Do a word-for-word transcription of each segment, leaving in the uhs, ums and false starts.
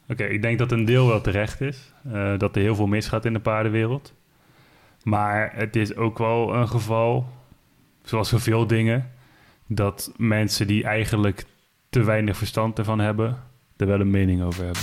Oké, okay, ik denk dat een deel wel terecht is. Uh, dat er heel veel misgaat in de paardenwereld. Maar het is ook wel een geval, zoals zoveel dingen, dat mensen die eigenlijk te weinig verstand ervan hebben, er wel een mening over hebben.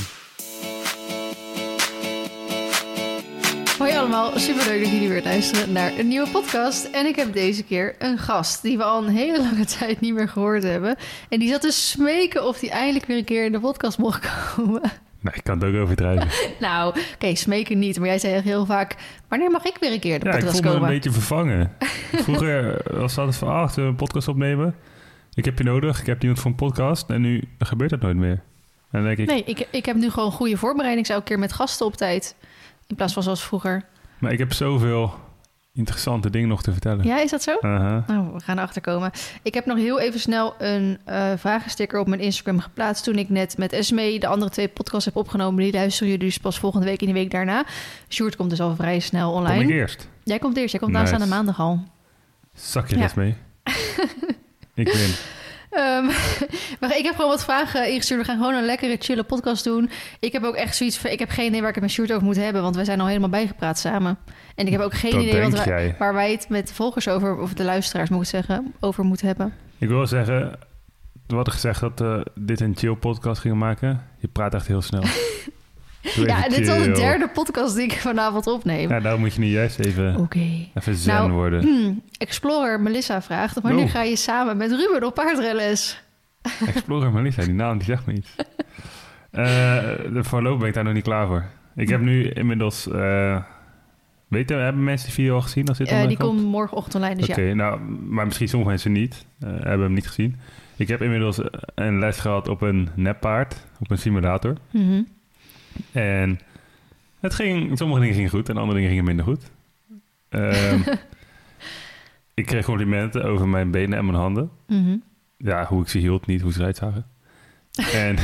Hoi allemaal, superleuk dat jullie weer luisteren naar een nieuwe podcast. En ik heb deze keer een gast die we al een hele lange tijd niet meer gehoord hebben. En die zat te smeken of die eindelijk weer een keer in de podcast mocht komen. Nou, ik kan het ook overdrijven. nou, oké, okay, smeken niet. Maar jij zei echt heel vaak, wanneer mag ik weer een keer in de ja, podcast komen? Ja, ik voel me een beetje vervangen. Vroeger was het altijd van, ah, we een podcast opnemen. Ik heb je nodig, ik heb niemand voor een podcast. En nu gebeurt dat nooit meer. En dan denk ik, nee, ik, ik heb nu gewoon goede voorbereiding. Elke keer met gasten op tijd. In plaats van zoals vroeger. Maar ik heb zoveel interessante dingen nog te vertellen. Ja, is dat zo? Uh-huh. Nou, we gaan erachter komen. Ik heb nog heel even snel een uh, vragensticker op mijn Instagram geplaatst. Toen ik net met Esmee de andere twee podcasts heb opgenomen. Die luisteren jullie dus pas volgende week en de week daarna. Sjoerd komt dus al vrij snel online. Kom ik eerst? Jij komt eerst. Jij komt nice. aanstaande maandag al. Zak je ja. Esmee? Ik win. Um, maar ik heb gewoon wat vragen ingestuurd. We gaan gewoon een lekkere, chille podcast doen. Ik heb ook echt zoiets van... Ik heb geen idee waar ik het met Sjoerd over moet hebben... want wij zijn al helemaal bijgepraat samen. En ik heb ook geen dat idee wat wij, waar wij het met de volgers over... of de luisteraars, moet ik zeggen, over moeten hebben. Ik wil zeggen... We hadden gezegd dat uh, dit een chill podcast gingen maken. Je praat echt heel snel. Ja, dit is al de derde podcast die ik vanavond opneem. Ja, daarom moet je nu juist even, okay. even zen nou, worden. Hmm, Explorer Melissa vraagt... wanneer oh. ga je samen met Ruben op paardrijles? Explorer Melissa, die naam die zegt me iets. uh, voorlopig ben ik daar nog niet klaar voor. Ik heb nu inmiddels... Uh, weten, hebben mensen die video al gezien? Als dit uh, die komt morgenochtend online, dus Oké, okay, ja. nou, maar misschien sommige mensen niet. Uh, hebben hem niet gezien. Ik heb inmiddels een les gehad op een neppaard. Op een simulator. Mm-hmm. En het ging, sommige dingen gingen goed en andere dingen gingen minder goed. Um, ik kreeg complimenten over mijn benen en mijn handen. Mm-hmm. Ja, hoe ik ze hield, niet hoe ze eruit zagen. En...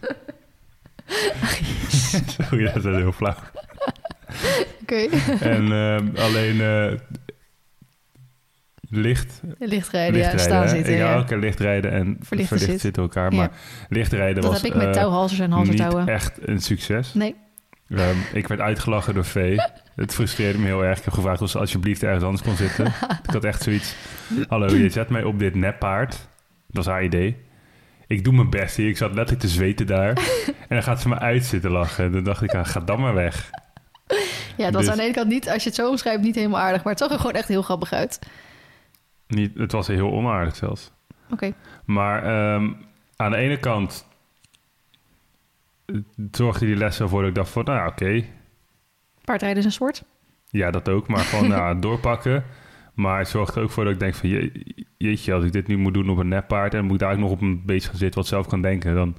Sorry, dat is heel flauw. Oké. Okay. En uh, alleen uh, licht... Lichtrijden, ja, staan zitten. Ik ja. elke keer lichtrijden en verlicht, verlicht zitten elkaar. Ja. Maar lichtrijden dat was heb ik met uh, touwhalsers en halsertouwen. niet echt een succes. Nee. Um, ik werd uitgelachen door Vee. Het frustreerde me heel erg. Ik heb gevraagd of ze alsjeblieft ergens anders kon zitten. Ik had echt zoiets... Hallo, je zet mij op dit neppaard. Dat was haar idee. Ik doe mijn best hier. Ik zat letterlijk te zweten daar. En dan gaat ze me uit zitten lachen. En dan dacht ik, ah, ga dan maar weg. Ja, het was dus, aan de ene kant niet... Als je het zo omschrijft, niet helemaal aardig. Maar het zag er gewoon echt heel grappig uit. Niet, het was heel onaardig zelfs. Oké. Okay. Maar um, aan de ene kant... zorgde die les ervoor dat ik dacht van, nou oké. Okay. Paardrijden is een soort? Ja, dat ook. Maar gewoon nou, doorpakken. Maar het zorgt er ook voor dat ik denk van... Je, jeetje, als ik dit nu moet doen op een neppaard... en moet ik daar ook nog op een beest gaan zitten wat zelf kan denken... dan...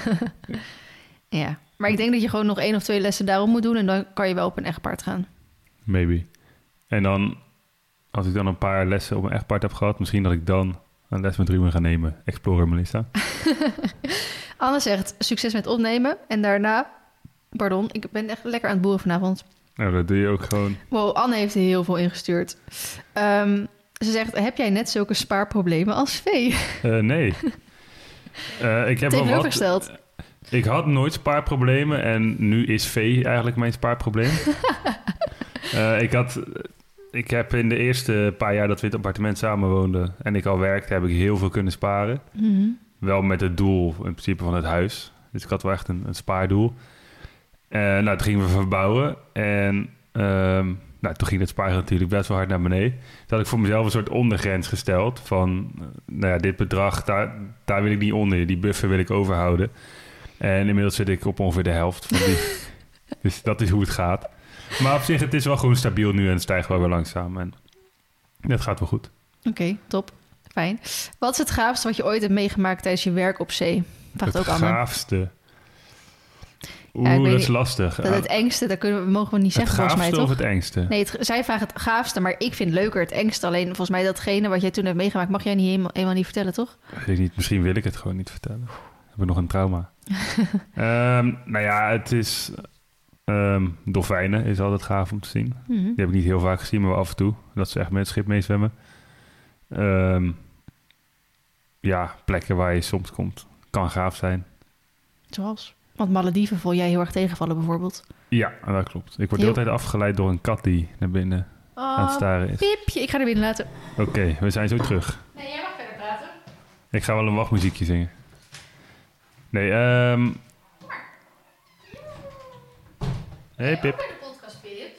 Ja, maar ik denk dat je gewoon nog één of twee lessen daarom moet doen... en dan kan je wel op een echt paard gaan. Maybe. En dan, als ik dan een paar lessen op een echt paard heb gehad... misschien dat ik dan een les met Ruben ga nemen. Explorer Melissa. Anne zegt succes met opnemen. En daarna... Pardon, ik ben echt lekker aan het boeren vanavond. Nou, dat doe je ook gewoon. Wow, Anne heeft er heel veel ingestuurd. Um, ze zegt, heb jij net zulke spaarproblemen als Vee? Uh, nee. uh, ik heb wel wat... Ik had nooit spaarproblemen en nu is Vee eigenlijk mijn spaarprobleem. uh, ik had... Ik heb in de eerste paar jaar dat we in het appartement samen woonden... en ik al werkte, heb ik heel veel kunnen sparen. Mm-hmm. Wel met het doel in principe van het huis. Dus ik had wel echt een, een spaardoel. Uh, nou, toen gingen we verbouwen. En um, nou, toen ging het sparen natuurlijk best wel hard naar beneden. Toen had ik voor mezelf een soort ondergrens gesteld. Van, uh, nou ja, dit bedrag, daar, daar wil ik niet onder. Die buffer wil ik overhouden. En inmiddels zit ik op ongeveer de helft van die. Dus dat is hoe het gaat. Maar op zich, het is wel gewoon stabiel nu en het stijgt wel weer langzaam. En dat gaat wel goed. Oké, okay, top. Fijn. Wat is het gaafste wat je ooit hebt meegemaakt tijdens je werk op zee? Vraagt het ook Anne. gaafste... Oeh, ja, dat is lastig. Dat het engste, dat kunnen we, mogen we niet zeggen volgens mij, toch? Het gaafste of het engste? Nee, het, zij vraagt het gaafste, maar ik vind leuker het engste. Alleen volgens mij datgene wat jij toen hebt meegemaakt... mag jij niet helemaal, helemaal niet vertellen, toch? Weet ik niet. Misschien wil ik het gewoon niet vertellen. Ik heb nog een trauma. um, nou ja, het is... Um, dolfijnen is altijd gaaf om te zien. Mm-hmm. Die heb ik niet heel vaak gezien, maar wel af en toe. Dat ze echt met het schip meezwemmen. Um, ja, plekken waar je soms komt. Kan gaaf zijn. Zoals? Want Malediven vond jij heel erg tegenvallen bijvoorbeeld. Ja, dat klopt. Ik word de Heel- hele tijd afgeleid door een kat die naar binnen aan het Oh, staren is. Pipje, ik ga er binnen laten. Oké, we zijn zo terug. Nee, jij mag verder praten. Ik ga wel een wachtmuziekje zingen. Nee, ehm... Hey Pip, Bij de podcast, Pip.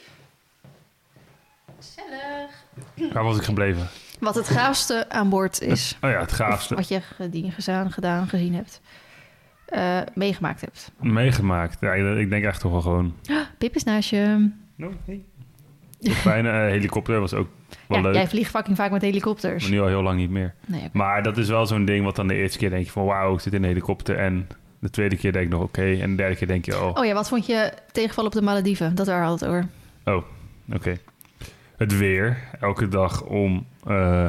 Gezellig. waar was ik gebleven? Wat het gaafste aan boord is. Oh ja, het gaafste. Of wat je gedien, gedaan, gedaan, gezien hebt. Eh, meegemaakt hebt. Meegemaakt. Ja, ik ik denk echt toch wel gewoon... Pip is naast je. No, hey. Fijne uh, helikopter was ook wel Ja, leuk. jij vliegt fucking vaak met helikopters. Maar nu al heel lang niet meer. Nee, oké. Maar dat is wel zo'n ding wat dan de eerste keer denk je van... Wauw, ik zit in een helikopter. En de tweede keer denk ik nog oké. En de derde keer denk je... Oh, Oh ja, wat vond je tegenvallen op de Malediven? Dat daar had het over. oh oké. Het weer. Elke dag om uh,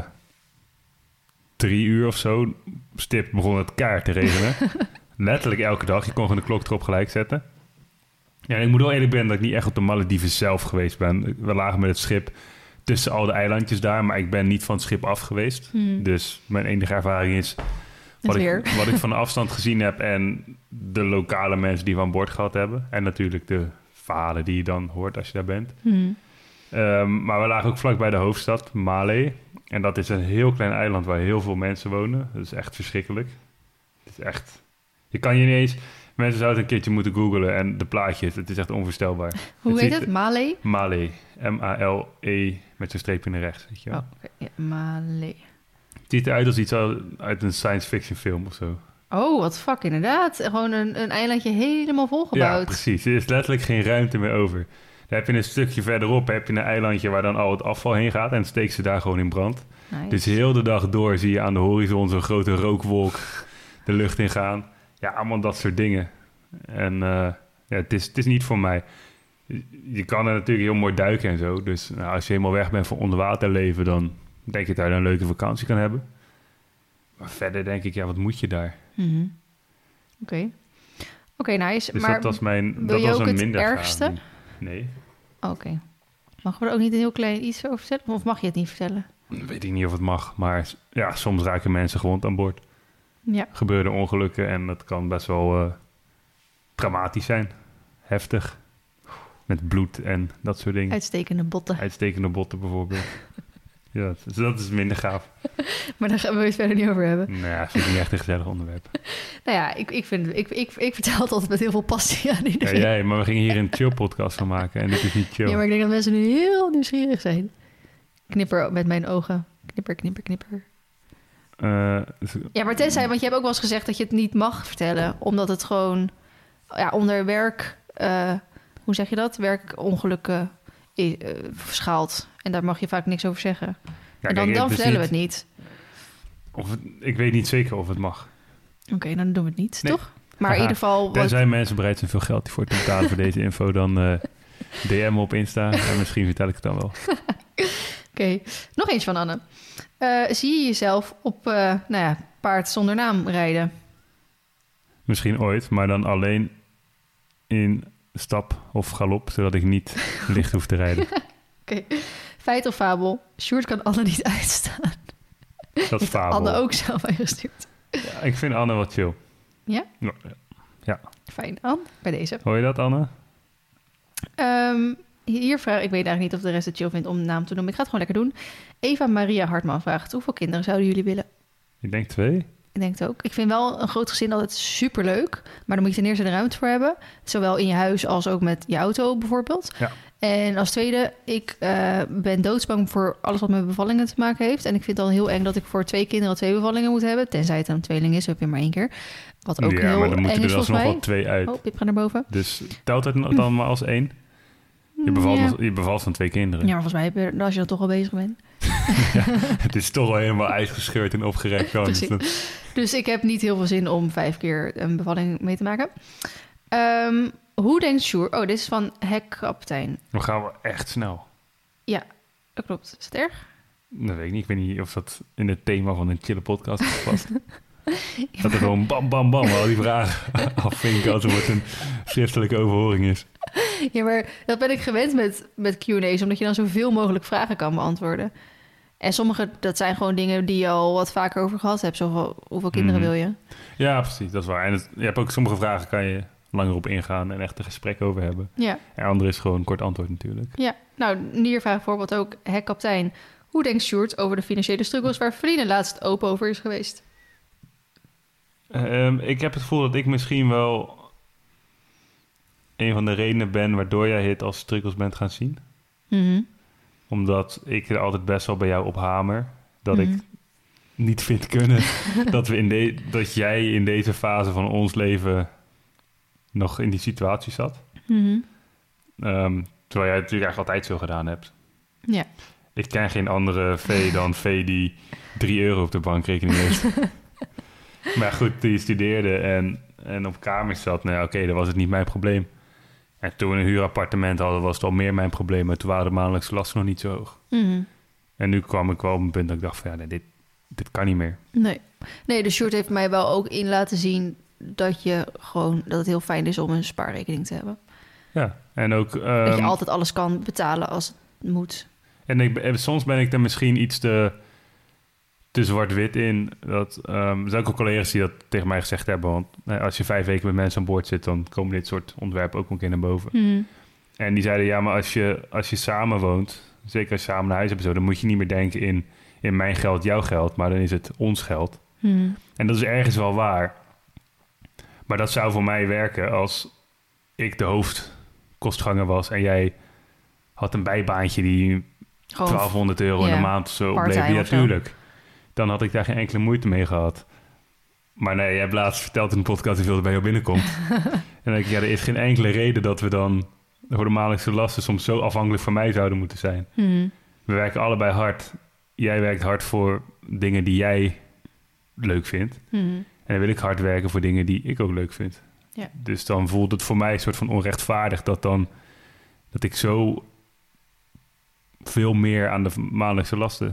drie uur of zo... Stip begon het kaart te regenen. Letterlijk elke dag. Je kon gewoon de klok erop gelijk zetten. Ja, en ik moet wel eerlijk ben dat ik niet echt op de Malediven zelf geweest ben. We lagen met het schip tussen al de eilandjes daar, maar ik ben niet van het schip af geweest. Hmm. Dus mijn enige ervaring is wat weer. ik, wat ik van de afstand gezien heb en de lokale mensen die we aan boord gehad hebben. En natuurlijk de verhalen die je dan hoort als je daar bent. Hmm. Um, maar we lagen ook vlak bij de hoofdstad, Male. En dat is een heel klein eiland waar heel veel mensen wonen. Dat is echt verschrikkelijk. Het is echt... Je kan je niet eens... Mensen zouden het een keertje moeten googlen en de plaatjes. Het is echt onvoorstelbaar. Hoe Het heet ziet- het? Male? Male. M A L E met zo'n streepje naar rechts. Weet je wel. Oh, oké. Ja, Male. Het ziet eruit als iets uit uit een science fiction film of zo. Oh, wat fuck, inderdaad. Gewoon een, een eilandje helemaal Ja, volgebouwd. precies. Er is letterlijk geen ruimte meer over. Daar heb je een stukje verderop heb je een eilandje waar dan al het afval heen gaat. En steekt ze daar gewoon in brand. Nice. Dus heel de dag door zie je aan de horizon zo'n grote rookwolk de lucht in gaan. Ja, allemaal dat soort dingen. En uh, ja, het, is, het is niet voor mij. Je- Je kan er natuurlijk heel mooi duiken en zo. Dus nou, als je helemaal weg bent van onderwaterleven... dan denk je dat je daar een leuke vakantie kan hebben. Maar verder denk ik, ja, wat moet je daar? Mhm. Oké. Oké, nice. Dus maar dat was mijn wil dat je was ook een het minder ergste? gaaf. Nee, Oké. Mag we er ook niet een heel klein iets over vertellen? Of mag je het niet vertellen? weet ik niet of het mag. Maar ja, soms raken mensen gewond aan boord. Ja. Gebeuren ongelukken en dat kan best wel uh, dramatisch zijn. Heftig. Met bloed en dat soort dingen. Uitstekende botten. Uitstekende botten bijvoorbeeld. Ja, dus dat is minder gaaf. Maar daar gaan we het verder niet over hebben. Nou ja, vind ik niet echt een gezellig onderwerp. Nou ja, ik, ik, vind, ik, ik, ik vertel het altijd met heel veel passie aan Ja, iedereen. jij, maar we gingen hier een chill podcast van maken en dit is niet chill. Ja, maar ik denk dat mensen nu heel nieuwsgierig zijn. Knipper met mijn ogen. Knipper, knipper, knipper. Uh, Ja, maar tenzij, want je hebt ook wel eens gezegd dat je het niet mag vertellen. Omdat het gewoon ja, onder werk... Uh, hoe zeg je dat? Werkongelukken uh, verschaalt. En daar mag je vaak niks over zeggen. ja, en dan, kijk, dan het is vertellen niet- we het niet. Of het, ik weet niet zeker of het mag. Oké, okay, dan doen we het niet, Nee. toch? Maar in Haha. ieder geval... Wat... Tenzij mensen bereid zijn veel geld voor te betalen voor deze info, dan uh, D M me op Insta en misschien vertel ik het dan wel. Oké, okay. Nog eens van Anne. Uh, zie je jezelf op uh, nou ja, paard zonder naam rijden? Misschien ooit, maar dan alleen in stap of galop, zodat ik niet licht hoef te rijden. Oké. Okay. Feit of fabel? Sjoerd kan Anne niet uitstaan. Dat is fabel. Anne ook zelf ingestuurd. Ja, ik vind Anne wat chill. Ja? Ja. ja. Fijn, Anne. Bij deze. Hoor je dat, Anne? Um, hier vraag ik, weet eigenlijk niet of de rest het chill vindt om de naam te noemen. Ik ga het gewoon lekker doen. Eva Maria Hartman vraagt, hoeveel kinderen zouden jullie willen? Ik denk twee. Ik denk het ook. Ik vind wel een groot gezin altijd superleuk. Maar dan moet je ten eerste de ruimte voor hebben. Zowel in je huis als ook met je auto bijvoorbeeld. Ja. En als tweede, ik uh, ben doodsbang voor alles wat met bevallingen te maken heeft. En ik vind het al heel eng dat ik voor twee kinderen twee bevallingen moet hebben. Tenzij het een tweeling is, heb je maar één keer. Wat ook ja, heel maar dan eng moeten is er volgens nog mij. wel twee uit. Oh, Pip gaat naar boven. Dus telt het dan maar als één? Je bevalt, ja. je bevalt van twee kinderen. Ja, maar volgens mij heb je, als je dan toch al bezig bent. Ja, het is toch wel helemaal ijsgescheurd en opgerekt. Dan. Precies. Dus ik heb niet heel veel zin om vijf keer een bevalling mee te maken. Um, hoe denkt Sjoerd... Oh, dit is van Hekkaptein. Dan gaan we echt snel. Ja, dat klopt. Is het erg? Dat weet ik niet. Ik weet niet of dat in het thema van een chille podcast past. Ja, dat er gewoon bam, bam, bam al die vragen afvinken als er wat een schriftelijke overhoring is. Ja, maar dat ben ik gewend met, met Q en A's, omdat je dan zoveel mogelijk vragen kan beantwoorden. En sommige, dat zijn gewoon dingen die je al wat vaker over gehad hebt. Zo, hoeveel kinderen mm. wil je? Ja, precies. Dat is waar. En het, je hebt ook sommige vragen kan je langer op ingaan en echt een gesprek over hebben. Ja. En andere is gewoon een kort antwoord natuurlijk. Ja, nou, hier vraag ik bijvoorbeeld ook, hè, kapitein, hoe denkt Sjoerd over de financiële struggles waar Feline laatst open over is geweest? Um, ik heb het gevoel dat ik misschien wel een van de redenen ben waardoor jij het als struggles bent gaan zien. Mm-hmm. Omdat ik er altijd best wel bij jou op hamer. Dat mm-hmm. ik niet vind kunnen dat, we in de, dat jij in deze fase van ons leven nog in die situatie zat. Mm-hmm. Um, terwijl jij het natuurlijk eigenlijk altijd zo gedaan hebt. Ja. Ik ken geen andere V dan V die drie euro op de bankrekening heeft. Maar goed, die studeerde en, en op kamers zat. Nou ja, oké, okay, dat was het niet mijn probleem. En toen we een huurappartement hadden, was het al meer mijn probleem. Maar toen waren de maandelijkse lasten nog niet zo hoog. Mm-hmm. En nu kwam ik wel op een punt dat ik dacht van ja, nee, dit, dit kan niet meer. Nee. Nee, de Sjoerd heeft mij wel ook in laten zien dat je gewoon dat het heel fijn is om een spaarrekening te hebben. Ja, en ook... Um, dat je altijd alles kan betalen als het moet. En ik, soms ben ik er misschien iets te, te zwart-wit in. Dat, um, er zijn ook al collega's die dat tegen mij gezegd hebben. Want nou, als je vijf weken met mensen aan boord zit, dan komen dit soort ontwerpen ook een keer naar boven. Mm. En die zeiden, ja, maar als je, als je samen woont, zeker als je samen een huis hebt, zo, dan moet je niet meer denken in, in mijn geld, jouw geld, maar dan is het ons geld. Mm. En dat is ergens wel waar. Maar dat zou voor mij werken als ik de hoofdkostganger was en jij had een bijbaantje die Gewoon, twaalfhonderd euro ja, in de maand of zo oplevert. Ja, tuurlijk. Dan had ik daar geen enkele moeite mee gehad. Maar nee, jij hebt laatst verteld in een podcast hoeveel er bij jou binnenkomt. En dan denk ik, ja, er is geen enkele reden dat we dan voor de maandelijkse lasten soms zo afhankelijk van mij zouden moeten zijn. Mm. We werken allebei hard. Jij werkt hard voor dingen die jij leuk vindt. Mm. En dan wil ik hard werken voor dingen die ik ook leuk vind. Ja. Dus dan voelt het voor mij een soort van onrechtvaardig dat dan dat ik zo veel meer aan de maandelijkse lasten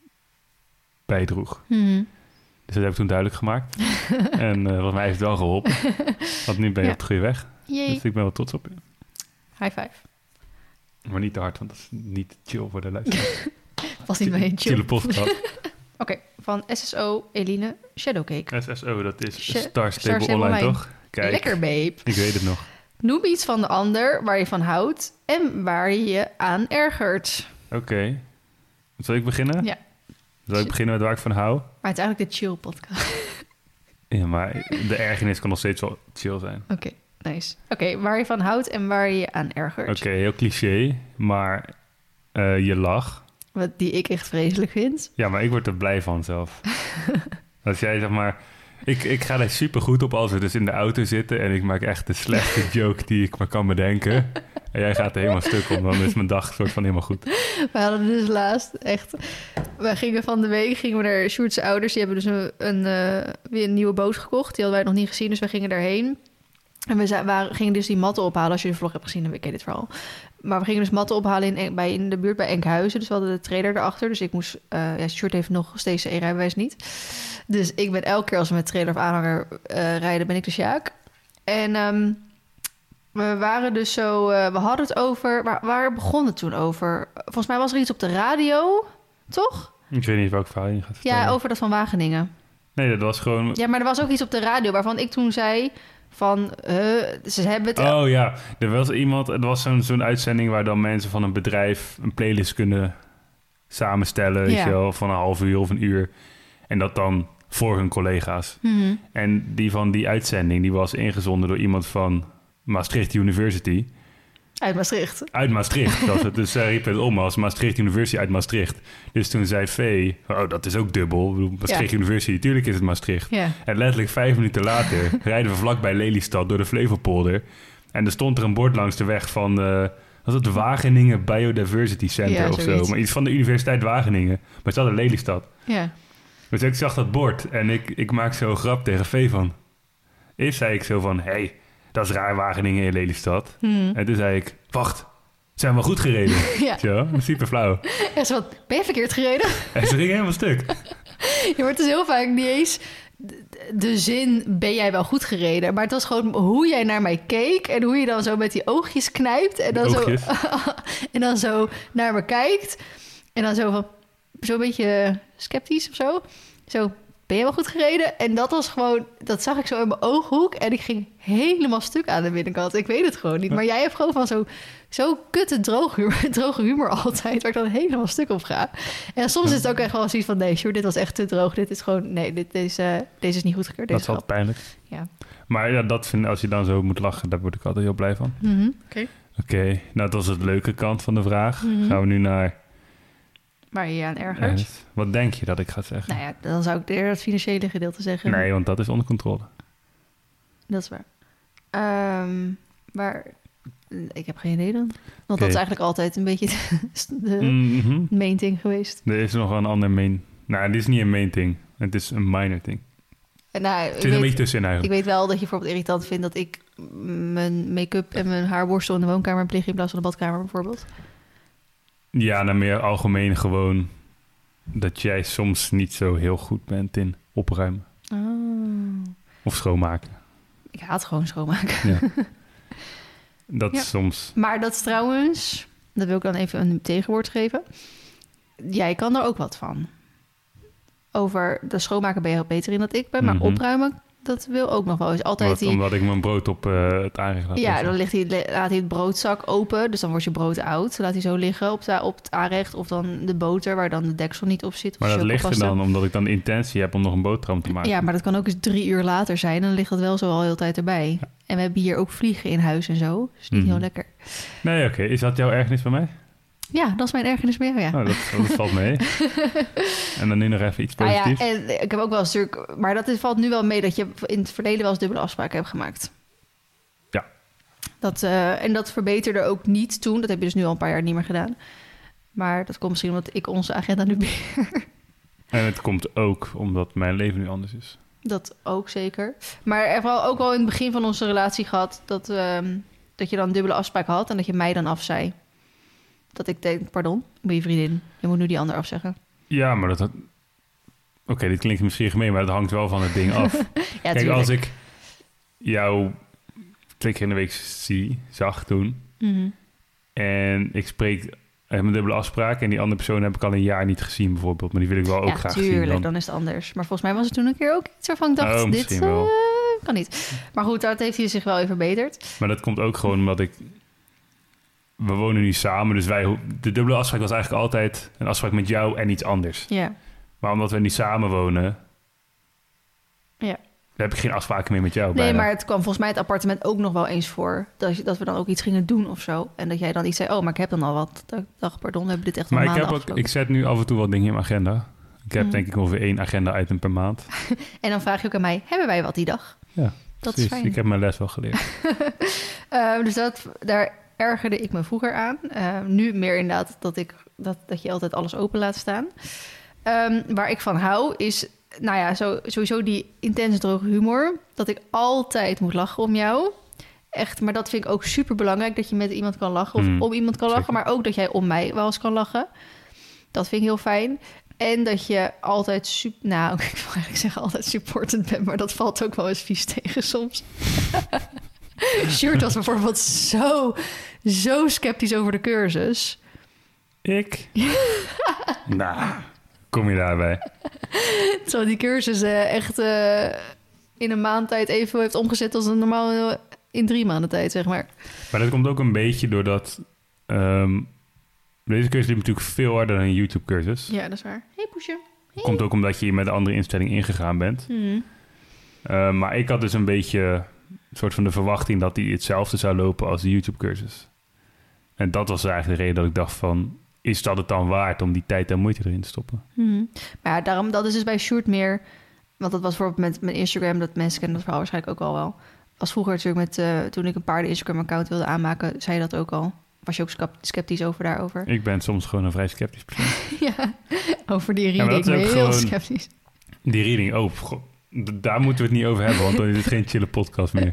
bijdroeg. Mm. Dus dat heb ik toen duidelijk gemaakt. En uh, volgens mij heeft het wel geholpen. Want nu ben je ja. op de goede weg. Yay. Dus ik ben wel trots op je. High five. Maar niet te hard, want dat is niet chill voor de luisteraar. Was niet bij een chill. Chille podcast. Oké, okay, van S S O Eline Shadowcake. S S O, dat is Sh- Star Stable Stable Online, Online, toch? Kijk, lekker, babe. Ik weet het nog. Noem iets van de ander waar je van houdt en waar je je aan ergert. Oké. Okay. Zal ik beginnen? Ja. Zal ik beginnen met waar ik van hou? Maar het is eigenlijk de chill podcast. Ja, maar de ergernis kan nog steeds wel chill zijn. Oké, okay, nice. Oké, okay, waar je van houdt en waar je je aan ergert. Oké, okay, heel cliché, maar uh, je lach. Wat die ik echt vreselijk vind. Ja, maar ik word er blij van zelf. Als jij zeg maar... Ik, ik ga er super goed op als we dus in de auto zitten en ik maak echt de slechtste joke die ik maar kan bedenken. En jij gaat er helemaal stuk om, dan is mijn dag soort van helemaal goed. We hadden dus laatst echt... We gingen van de week gingen we naar Sjoerd's ouders. Die hebben dus een, een, uh, weer een nieuwe boot gekocht. Die hadden wij nog niet gezien, dus we gingen daarheen. En we zijn, waren, gingen dus die matten ophalen. Als je de vlog hebt gezien, dan weet je dit vooral. Maar we gingen dus matten ophalen in, bij, in de buurt bij Enkhuizen. Dus we hadden de trailer erachter. Dus ik moest... Uh, ja, Sjoerd heeft nog steeds zijn E-rijbewijs niet. Dus ik ben elke keer als we met trailer of aanhanger uh, rijden, ben ik de Sjaak. En um, we waren dus zo... Uh, we hadden het over... Waar, waar begon het toen over? Volgens mij was er iets op de radio, toch? Ik weet niet welk verhaal je gaat vertellen. Ja, over dat van Wageningen. Nee, dat was gewoon... Ja, maar er was ook iets op de radio waarvan ik toen zei... van, uh, ze hebben het... Oh ja, er was iemand... Er was zo'n, zo'n uitzending waar dan mensen van een bedrijf... een playlist kunnen samenstellen, ja. Weet je wel, van een half uur of een uur. En dat dan voor hun collega's. Mm-hmm. En die van die uitzending, die was ingezonden door iemand van Maastricht University. Uit Maastricht. Uit Maastricht. Dat het, dus zij riep het om als Maastricht University uit Maastricht. Dus toen zei Vee, oh, dat is ook dubbel. Ik bedoel, Maastricht ja. University, tuurlijk is het Maastricht. Ja. En letterlijk vijf minuten later rijden we vlakbij Lelystad door de Flevopolder. En er stond er een bord langs de weg van... Uh, was het Wageningen Biodiversity Center ja, of zo? Maar iets van de Universiteit Wageningen. Maar het zat in Lelystad. Ja. Dus ik zag dat bord en ik, ik maak zo grap tegen Vee van... Eerst zei ik zo van, hé, hey, dat is raar Wageningen in Lelystad. Hmm. En toen zei ik, wacht, zijn we goed gereden? Ja. Zo, super flauw. Ja, zo, ben je verkeerd gereden? En ze ging helemaal stuk. Je hoort dus heel vaak niet eens de zin, ben jij wel goed gereden? Maar het was gewoon hoe jij naar mij keek en hoe je dan zo met die oogjes knijpt en dan, zo, en dan zo naar me kijkt. En dan zo van, zo'n beetje sceptisch of zo. Zo, ben je wel goed gereden? En dat was gewoon, dat zag ik zo in mijn ooghoek. En ik ging helemaal stuk aan de binnenkant. Ik weet het gewoon niet. Maar jij hebt gewoon van zo, zo kutte droge humor, droge humor altijd, waar ik dan helemaal stuk op ga. En soms is het ook echt wel zoiets van, nee, sure, dit was echt te droog. Dit is gewoon, nee, dit, deze, uh, deze is niet goed gekeurd. Dat is altijd pijnlijk. Ja. Maar ja, dat vind, als je dan zo moet lachen, daar word ik altijd heel blij van. Mm-hmm. Oké. Okay. Oké, okay, nou dat was het leuke kant van de vraag. Mm-hmm. Gaan we nu naar... Waar je je aan ergert. Uh, wat denk je dat ik ga zeggen? Nou ja, dan zou ik eerder het financiële gedeelte zeggen. Nee, want dat is onder controle. Dat is waar. Um, maar ik heb geen idee dan. Want okay. dat is eigenlijk altijd een beetje de mm-hmm. main thing geweest. Er is nog een ander main... Nou, dit is niet een main thing. Het is een minor thing. Nou, het zit een beetje tussenin eigenlijk. Ik weet wel dat je bijvoorbeeld irritant vindt dat ik mijn make-up en mijn haarborstel in de woonkamer heb liggen in plaats van de badkamer bijvoorbeeld. Ja, nou meer algemeen gewoon dat jij soms niet zo heel goed bent in opruimen. Oh. Of schoonmaken. Ik haat gewoon schoonmaken. Ja. Dat ja. soms. Maar dat is trouwens, dat wil ik dan even een tegenwoord geven. Jij kan er ook wat van. Over de schoonmaken ben je heel beter in dan ik ben. Maar mm-hmm. opruimen, dat wil ook nog wel eens. Altijd Wat, die... Omdat ik mijn brood op uh, het aanrecht laat. Ja, dan ligt hij, laat hij het broodzak open. Dus dan wordt je brood oud. Dan laat hij zo liggen op, de, op het aanrecht. Of dan de boter waar dan de deksel niet op zit. Maar dat ligt er dan omdat ik dan de intentie heb om nog een boterham te maken. Ja, maar dat kan ook eens drie uur later zijn. Dan ligt dat wel zo al heel de tijd erbij. Ja. En we hebben hier ook vliegen in huis en zo. Dus niet mm-hmm. heel lekker. Nee, oké. Okay. Is dat jouw ergernis bij mij? Ja, dat is mijn ergernis meer, ja. Oh, dat, dat valt mee. En dan nu nog even iets positiefs. Nou ja, en ik heb ook wel een stuk... Maar dat is, valt nu wel mee dat je in het verleden wel eens dubbele afspraken hebt gemaakt. Ja. Dat, uh, en dat verbeterde ook niet toen. Dat heb je dus nu al een paar jaar niet meer gedaan. Maar dat komt misschien omdat ik onze agenda nu beheer. En het komt ook omdat mijn leven nu anders is. Dat ook zeker. Maar er was ook wel in het begin van onze relatie gehad... dat, um, dat je dan dubbele afspraken had en dat je mij dan afzei. Dat ik denk, pardon, ik ben je vriendin. Je moet nu die ander afzeggen. Ja, maar dat... Oké, okay, dit klinkt misschien gemeen, maar dat hangt wel van het ding af. Ja, Kijk, tuurlijk. Als ik jou twee keer in de week zie, zag toen... Mm-hmm. en ik spreek een dubbele afspraak... en die andere persoon heb ik al een jaar niet gezien bijvoorbeeld... maar die wil ik wel ook ja, graag tuurlijk, zien. Dan... dan is het anders. Maar volgens mij was het toen een keer ook iets waarvan ik dacht... Oh, dit uh, kan niet. Maar goed, dat heeft hij zich wel even verbeterd. Maar dat komt ook gewoon omdat ik... We wonen nu samen, dus wij... De dubbele afspraak was eigenlijk altijd een afspraak met jou en iets anders. Ja. Maar omdat we niet samen wonen... Ja. Dan heb ik geen afspraken meer met jou. Nee, bijna. Maar het kwam volgens mij het appartement ook nog wel eens voor. Dat, dat we dan ook iets gingen doen of zo. En dat jij dan iets zei, oh, maar ik heb dan al wat. Ik dacht, pardon, we hebben dit echt al maar maanden ik heb ook, ik zet nu af en toe wat dingen in mijn agenda. Ik heb mm. denk ik ongeveer één agenda-item per maand. En dan vraag je ook aan mij, hebben wij wat die dag? Ja, dat precies. is fijn. Ik heb mijn les wel geleerd. uh, dus dat, daar ergerde ik me vroeger aan. Uh, nu meer inderdaad dat, ik, dat, dat je altijd alles open laat staan. Um, waar ik van hou is... Nou ja, zo, sowieso die intense droge humor. Dat ik altijd moet lachen om jou. Echt, maar dat vind ik ook super belangrijk. Dat je met iemand kan lachen of mm, om iemand kan lachen. Zeker. Maar ook dat jij om mij wel eens kan lachen. Dat vind ik heel fijn. En dat je altijd... Super, nou, ik wil eigenlijk zeggen altijd supportend bent. Maar dat valt ook wel eens vies tegen soms. Sjoerd was bijvoorbeeld zo, zo sceptisch over de cursus. Ik? Nou... Kom je daarbij? Terwijl die cursus uh, echt uh, in een maand tijd even heeft omgezet als een normaal in drie maanden tijd, zeg maar. Maar dat komt ook een beetje doordat... Um, deze cursus liep natuurlijk veel harder dan een YouTube-cursus. Ja, dat is waar. Hey, Poesje. Hey. Komt ook omdat je met een andere instelling ingegaan bent. Mm. Uh, maar ik had dus een beetje een soort van de verwachting dat die hetzelfde zou lopen als de YouTube-cursus. En dat was eigenlijk de reden dat ik dacht van... Is dat het dan waard om die tijd en moeite erin te stoppen? Hmm. Maar ja, daarom, dat is dus bij Sjoerd meer... Want dat was bijvoorbeeld met mijn Instagram... dat mensen kennen dat verhaal waarschijnlijk ook al wel. Als vroeger natuurlijk met... Uh, toen ik een paarden Instagram-account wilde aanmaken... zei je dat ook al. Was je ook sceptisch over daarover? Ik ben soms gewoon een vrij sceptisch persoon. Ja, over die reading ben je heel sceptisch. Die reading, oh, god, daar moeten we het niet over hebben... want dan is het geen chille podcast meer.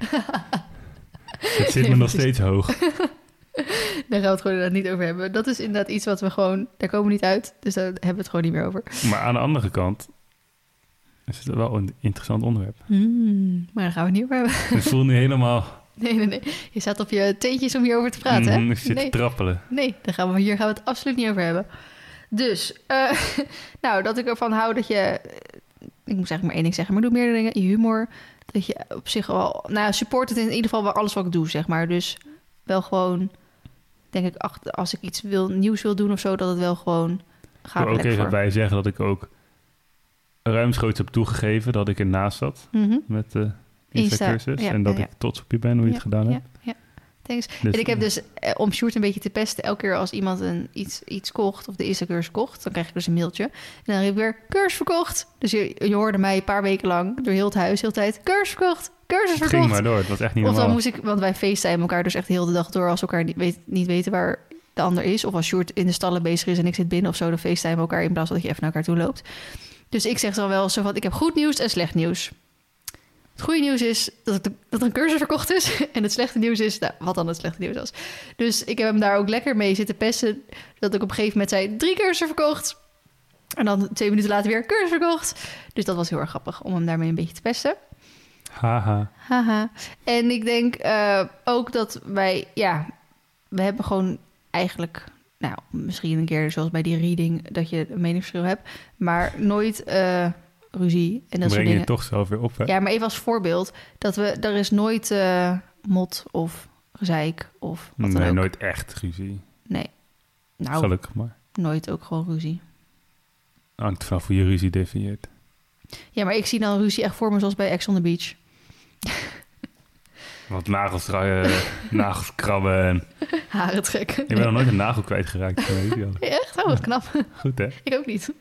Het zit me nog steeds hoog. Daar gaan we het gewoon inderdaad niet over hebben. Dat is inderdaad iets wat we gewoon... Daar komen we niet uit, dus daar hebben we het gewoon niet meer over. Maar aan de andere kant... is het wel een interessant onderwerp. Mm, maar daar gaan we het niet over hebben. Ik voel nu helemaal... Nee, nee, nee. Je staat op je teentjes om hierover te praten, mm, hè? Ik zit nee. te trappelen. Nee, daar gaan we, hier gaan we het absoluut niet over hebben. Dus, uh, nou, dat ik ervan hou dat je... ik moet eigenlijk maar één ding zeggen, maar doe meerdere dingen. Je humor, dat je op zich wel... Nou, support het in ieder geval wel alles wat ik doe, zeg maar. Dus wel gewoon, denk ik, ach, als ik iets wil, nieuws wil doen of zo, dat het wel gewoon gaat. Ik wil ook even bij zeggen dat ik ook ruimschoots heb toegegeven dat ik ernaast zat Mm-hmm. met de Insta-cursus. Ja, en dat ja. ik trots op je ben hoe je ja, het gedaan ja, hebt. Ja. Thanks. Dus, en ik heb dus, eh, om Sjoerd een beetje te pesten, elke keer als iemand een, iets, iets kocht, of de Insta-cursus kocht, dan krijg ik dus een mailtje. En dan riep ik weer, cursus verkocht. Dus je, je hoorde mij een paar weken lang door heel het huis, heel de tijd, cursus verkocht, cursus het verkocht. ging maar door, het was echt niet Of normaal. dan moest ik, want wij facetimen elkaar dus echt heel de dag door als we elkaar niet, weet, niet weten waar de ander is. Of als Sjoerd in de stallen bezig is en ik zit binnen of zo, dan facetimen we elkaar in plaats van dat je even naar elkaar toe loopt. Dus ik zeg dan wel zo van, ik heb goed nieuws en slecht nieuws. Het goede nieuws is dat, het, dat er een cursus verkocht is. En het slechte nieuws is, nou, wat dan het slechte nieuws was. Dus ik heb hem daar ook lekker mee zitten pesten. Dat ik op een gegeven moment zei, drie cursussen verkocht. En dan twee minuten later weer cursus verkocht. Dus dat was heel erg grappig om hem daarmee een beetje te pesten. Haha. Haha. En ik denk uh, ook dat wij, ja, we hebben gewoon eigenlijk, nou, misschien een keer zoals bij die reading, dat je een meningsverschil hebt, maar nooit uh, ruzie en dat Breng soort je dingen. het toch zelf weer op, hè? Ja, maar even als voorbeeld, dat we, er is nooit uh, mot of gezeik of wat dan Nee, ook. nooit echt ruzie. Nee. Nou, Gelukkig maar. nooit ook gewoon ruzie. Hangt vanaf hoe je ruzie definieert. Ja, maar ik zie dan ruzie echt voor me zoals bij Ex on the Beach. Wat nagels, uh, nagels krabben. En... Haren trekken. Ik ben nog nooit een nagel kwijtgeraakt. Echt? Oh, wat knap. Goed, hè? Ik ook niet.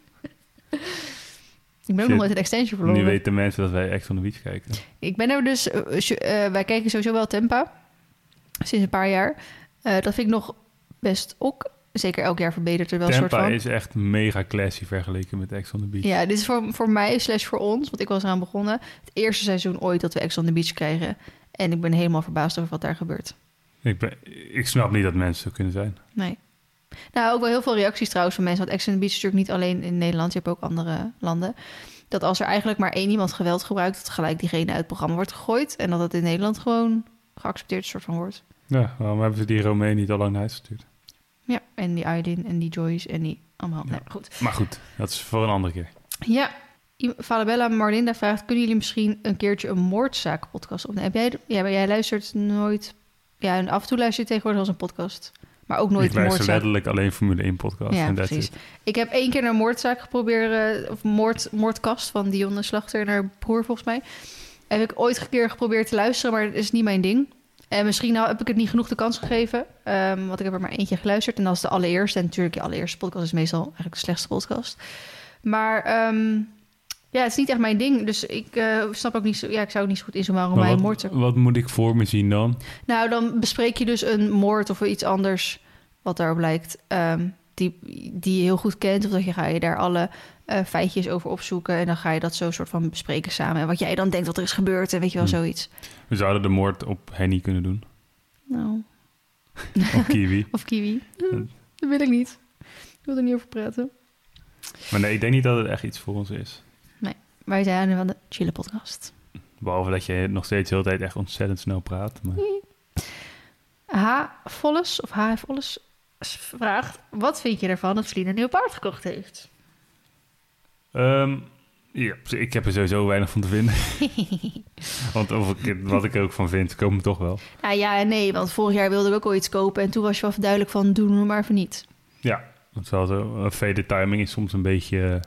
Ik ben ook nog nooit een extension verloren. Nu weten mensen dat wij Ex on the Beach kijken. Ik ben er dus... Uh, uh, wij kijken sowieso wel Tempa. Sinds een paar jaar. Uh, dat vind ik nog best ook... Zeker elk jaar verbetert er wel een soort van. Tempa is echt mega classy vergeleken met Ex on the Beach. Ja, dit is voor, voor mij slash voor ons, want ik was eraan begonnen. Het eerste seizoen ooit dat we Ex on the Beach kregen. En ik ben helemaal verbaasd over wat daar gebeurt. Ik, ben, ik snap niet dat mensen zo kunnen zijn. Nee. Nou, ook wel heel veel reacties trouwens van mensen. Want Ex on the Beach is natuurlijk niet alleen in Nederland. Je hebt ook andere landen. Dat als er eigenlijk maar één iemand geweld gebruikt, dat gelijk diegene uit het programma wordt gegooid. En dat het in Nederland gewoon geaccepteerd soort van wordt. Ja, waarom hebben ze die Romee niet al lang naar huis gestuurd? Ja, en die Aydin en die Joyce en die allemaal. Ja. Nee, goed. Maar goed, dat is voor een andere keer. Ja, Falabella Marlinda vraagt, kunnen jullie misschien een keertje een moordzaak-podcast opnemen? Heb jij, ja, maar jij luistert nooit... Ja, en af en toe luister je tegenwoordig als een podcast. Maar ook nooit ik luister moordzaak. letterlijk alleen Formule één podcast. Ja, en precies. it. Ik heb één keer een moordzaak geprobeerd... of moord, moordkast van Dionne Slachter naar broer, volgens mij. Heb ik ooit een keer geprobeerd te luisteren, maar dat is niet mijn ding. En misschien nou, heb ik het niet genoeg de kans gegeven. Um, want ik heb er maar eentje geluisterd. En dat is de allereerste. En natuurlijk, de allereerste podcast is meestal eigenlijk de slechtste podcast. Maar um, ja, het is niet echt mijn ding. Dus ik uh, snap ook niet zo... Ja, ik zou ook niet zo goed inzoomen waarom wij een moord... Wat moet ik voor me zien dan? Nou, dan bespreek je dus een moord of iets anders wat daarop lijkt. Um, die, die je heel goed kent. Of dat je ga je daar alle uh, feitjes over opzoeken. En dan ga je dat zo soort van bespreken samen. En wat jij dan denkt wat er is gebeurd. En weet je wel, hm. zoiets. We zouden de moord op Henny kunnen doen. Nou. Of Kiwi. of Kiwi. Hm, dat wil ik niet. Ik wil er niet over praten. Maar nee, ik denk niet dat het echt iets voor ons is. Nee, wij zijn van de Chille podcast. Behalve dat je nog steeds de hele tijd echt ontzettend snel praat. Maar... H. Volles, of H. Volles, vraagt... Wat vind je ervan dat Vlien een nieuw paard gekocht heeft? Um, ja, ik heb er sowieso weinig van te vinden. Want of ik, wat ik er ook van vind, komen toch wel. Nou ja en nee, want vorig jaar wilde ik ook al iets kopen... en toen was je wel duidelijk van, doen we maar even niet. Ja, want wel zo. Een fade timing is soms een beetje uh,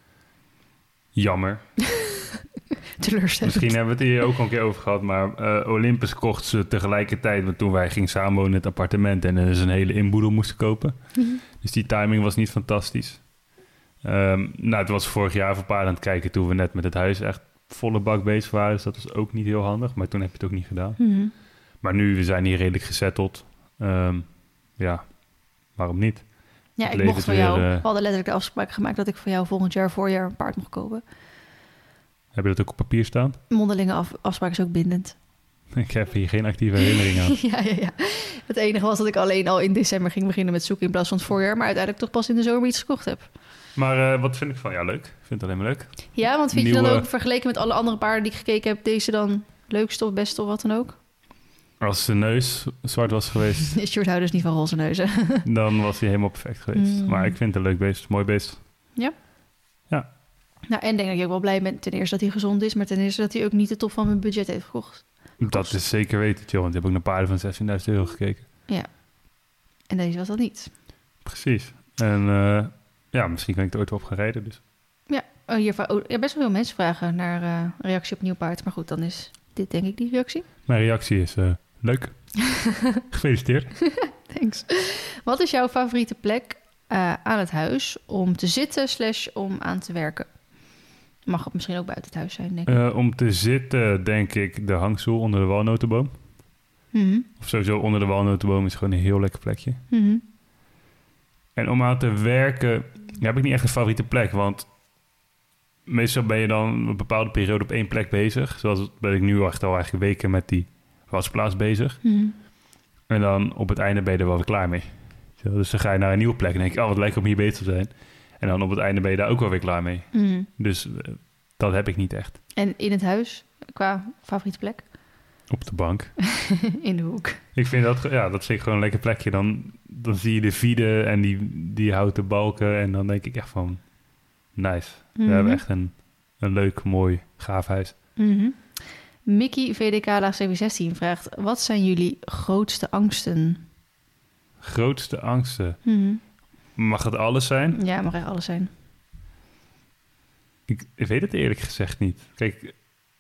jammer. Teleurstellend. Misschien hebben we het hier ook al een keer over gehad... maar uh, Olympus kocht ze tegelijkertijd... want toen wij gingen samenwonen in het appartement... en dus een hele inboedel moesten kopen. Mm-hmm. Dus die timing was niet fantastisch. Um, nou, het was vorig jaar voor paarden aan het kijken... toen we net met het huis echt volle bak bezig waren. Dus dat was ook niet heel handig. Maar toen heb je het ook niet gedaan. Mm-hmm. Maar nu, we zijn hier redelijk gesetteld. Um, ja, waarom niet? Ja, ik mocht voor weer, jou... Uh... We hadden letterlijk de afspraak gemaakt... dat ik voor jou volgend jaar voorjaar een paard mocht kopen. Heb je dat ook op papier staan? Mondelinge af, afspraak is ook bindend. Ik heb hier geen actieve herinnering aan. ja, ja, ja. Het enige was dat ik alleen al in december ging beginnen met zoeken... in plaats van het voorjaar. Maar uiteindelijk toch pas in de zomer iets gekocht heb. Maar uh, wat vind ik van jou leuk? Ik vind het alleen maar leuk. Ja, want vind Nieuwe... je dan ook vergeleken met alle andere paarden die ik gekeken heb... deze dan leukste of beste of wat dan ook? Als zijn neus zwart was geweest... Is Sjoerd houdt dus niet van roze neuzen. dan was hij helemaal perfect geweest. Mm. Maar ik vind het een leuk beest. Mooi beest. Ja? Ja. Nou, en denk dat je ook wel blij bent ten eerste dat hij gezond is, maar ten eerste dat hij ook niet de top van mijn budget heeft gekocht. Dat is zeker weten, joh, want je hebt ook naar paarden van zestienduizend euro gekeken. Ja. En deze was dat niet. Precies. En uh, ja, misschien kan ik er ooit op gaan rijden, dus. Ja, oh, hier, oh, ja, best wel veel mensen vragen naar uh, reactie op nieuw paard. Maar goed, dan is dit denk ik die reactie. Mijn reactie is uh, leuk. Gefeliciteerd. Thanks. Wat is jouw favoriete plek uh, aan het huis om te zitten slash om aan te werken? Mag het misschien ook buiten het huis zijn, denk ik. Uh, om te zitten, denk ik, de hangstoel onder de walnotenboom. Mm-hmm. Of sowieso onder de walnotenboom is gewoon een heel lekker plekje. Mm-hmm. En om aan te werken heb ik niet echt een favoriete plek, want meestal ben je dan een bepaalde periode op één plek bezig. Zoals ben ik nu echt al eigenlijk weken met die wasplaats bezig. Mm-hmm. En dan op het einde ben je er wel weer klaar mee. Dus dan ga je naar een nieuwe plek en denk je, oh, wat lijkt om hier bezig te zijn. En dan op het einde ben je daar ook wel weer klaar mee. Mm-hmm. Dus uh, dat heb ik niet echt. En in het huis, qua favoriete plek? Op de bank. In de hoek. Ik vind dat, ja, dat vind ik gewoon een lekker plekje. Dan, dan zie je de vieden en die, die houten balken. En dan denk ik echt van, nice. Mm-hmm. We hebben echt een, een leuk, mooi, gaaf huis. Mm-hmm. Mickey V D K zeven zestien vraagt, wat zijn jullie grootste angsten? Grootste angsten? Mm-hmm. Mag het alles zijn? Ja, mag echt alles zijn. Ik, ik weet het eerlijk gezegd niet. Kijk,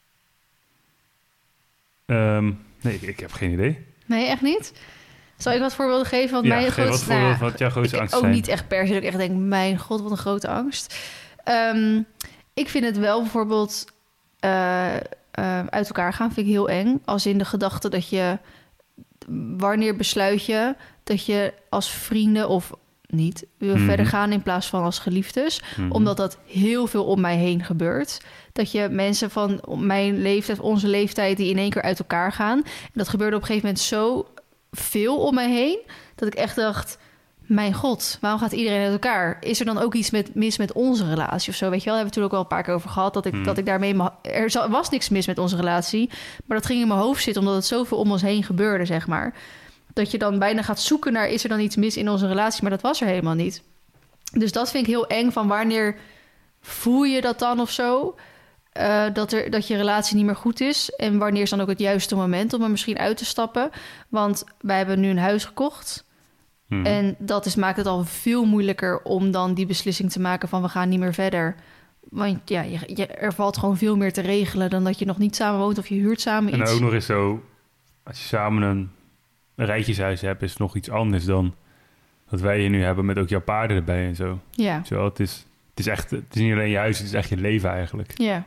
um, nee, ik, ik heb geen idee. Nee, echt niet? Zal ik wat voorbeelden geven? Want Ja, mijn geef wat grootste, voorbeelden nou, wat jouw grootste ik angsten ook zijn. niet echt per se dat ik echt denk, mijn god, wat een grote angst. Um, ik vind het wel bijvoorbeeld uh, uh, uit elkaar gaan, vind ik heel eng. Als in de gedachte dat je, wanneer besluit je dat je als vrienden of niet wil Mm-hmm. verder gaan in plaats van als geliefdes. Mm-hmm. Omdat dat heel veel om mij heen gebeurt. Dat je mensen van mijn leeftijd, onze leeftijd, die in één keer uit elkaar gaan. En dat gebeurde op een gegeven moment zo veel om mij heen, dat ik echt dacht, mijn god, waarom gaat iedereen uit elkaar? Is er dan ook iets met, mis met onze relatie of zo? Weet je wel, daar hebben we toen ook wel een paar keer over gehad, dat ik, Mm. dat ik daarmee, er was niks mis met onze relatie, maar dat ging in mijn hoofd zitten, omdat het zoveel om ons heen gebeurde, zeg maar. Dat je dan bijna gaat zoeken naar, is er dan iets mis in onze relatie? Maar dat was er helemaal niet. Dus dat vind ik heel eng, van wanneer voel je dat dan of zo? Uh, dat, er, dat je relatie niet meer goed is. En wanneer is dan ook het juiste moment om er misschien uit te stappen? Want wij hebben nu een huis gekocht. Hmm. En dat is, maakt het al veel moeilijker om dan die beslissing te maken van we gaan niet meer verder. Want ja, je, je, er valt gewoon veel meer te regelen dan dat je nog niet samen woont of je huurt samen En iets. ook nog eens zo, als je samen een, een rijtjeshuis hebt, is het nog iets anders dan wat wij hier nu hebben met ook jouw paarden erbij en zo. Ja. Zo, het is, het is echt, het is niet alleen je huis, het is echt je leven eigenlijk. Ja.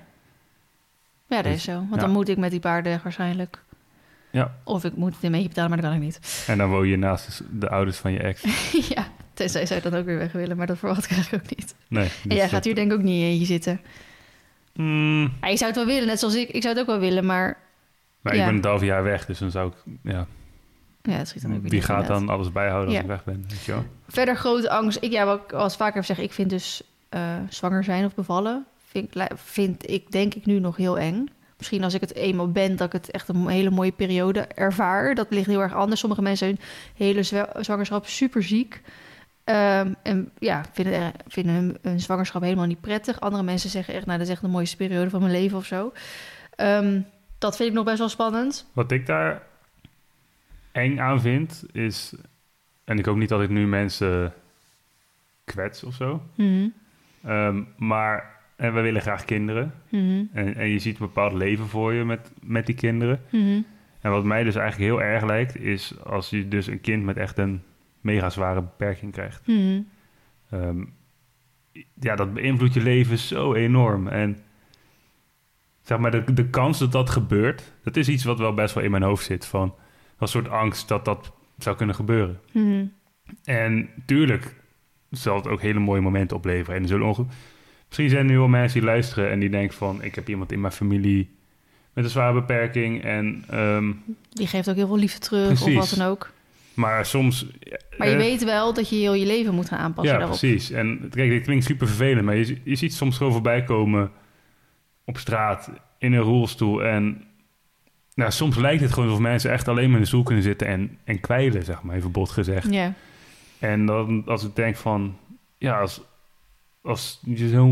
Ja, dat Dus, is zo. Want ja. dan moet ik met die paarden waarschijnlijk. Ja. Of ik moet het een beetje betalen, maar dat kan ik niet. En dan woon je naast de, de ouders van je ex. Ja, tenzij zij dan ook weer weg willen, maar dat verwacht ik eigenlijk ook niet. Nee. En dus jij gaat dat- hier denk ik ook niet in eentje zitten. Mm, Ja, je zou het wel willen, net zoals ik. Ik zou het ook wel willen, maar maar Ja. ik ben een half jaar weg, dus dan zou ik... Ja, ja, het schiet dan ook weer wie niet gaat inderdaad. dan alles bijhouden als Ja. ik weg ben? Weet je wel? Verder grote angst. Ik, ja, wat ik al eens vaker heb gezegd, ik vind dus uh, zwanger zijn of bevallen, vind, ik- vind ik denk ik nu nog heel eng. Misschien als ik het eenmaal ben, dat ik het echt een hele mooie periode ervaar. Dat ligt heel erg anders. Sommige mensen zijn hele zwa- zwangerschap super ziek. Um, en ja, vinden, er- vinden hun, hun zwangerschap helemaal niet prettig. Andere mensen zeggen echt, nou, dat is echt de mooiste periode van mijn leven of zo. Um, dat vind ik nog best wel spannend. Wat ik daar eng aan vind, is... En ik hoop niet dat ik nu mensen kwets of zo. Mm-hmm. Um, maar en we willen graag kinderen. Mm-hmm. En, en je ziet een bepaald leven voor je met, met die kinderen. Mm-hmm. En wat mij dus eigenlijk heel erg lijkt, is als je dus een kind met echt een mega zware beperking krijgt. Mm-hmm. Um, ja, dat beïnvloedt je leven zo enorm. En zeg maar, de, de kans dat dat gebeurt, dat is iets wat wel best wel in mijn hoofd zit. Van een soort angst dat dat zou kunnen gebeuren. Mm-hmm. En tuurlijk zal het ook hele mooie momenten opleveren. En er zullen onge- Misschien zijn er nu wel mensen die luisteren en die denken van... ik heb iemand in mijn familie met een zware beperking en... Um, Die geeft ook heel veel liefde terug Precies. of wat dan ook. maar soms... Maar je eh, weet wel dat je heel je leven moet gaan aanpassen ja, daarop. precies. En kijk, dit klinkt super vervelend, maar je, je ziet soms gewoon voorbij komen op straat in een rolstoel. En nou, soms lijkt het gewoon alsof mensen echt alleen maar in de stoel kunnen zitten en, en kwijlen, zeg maar, even bot gezegd. Ja. En dan als ik denk van, ja, als, als je zo'n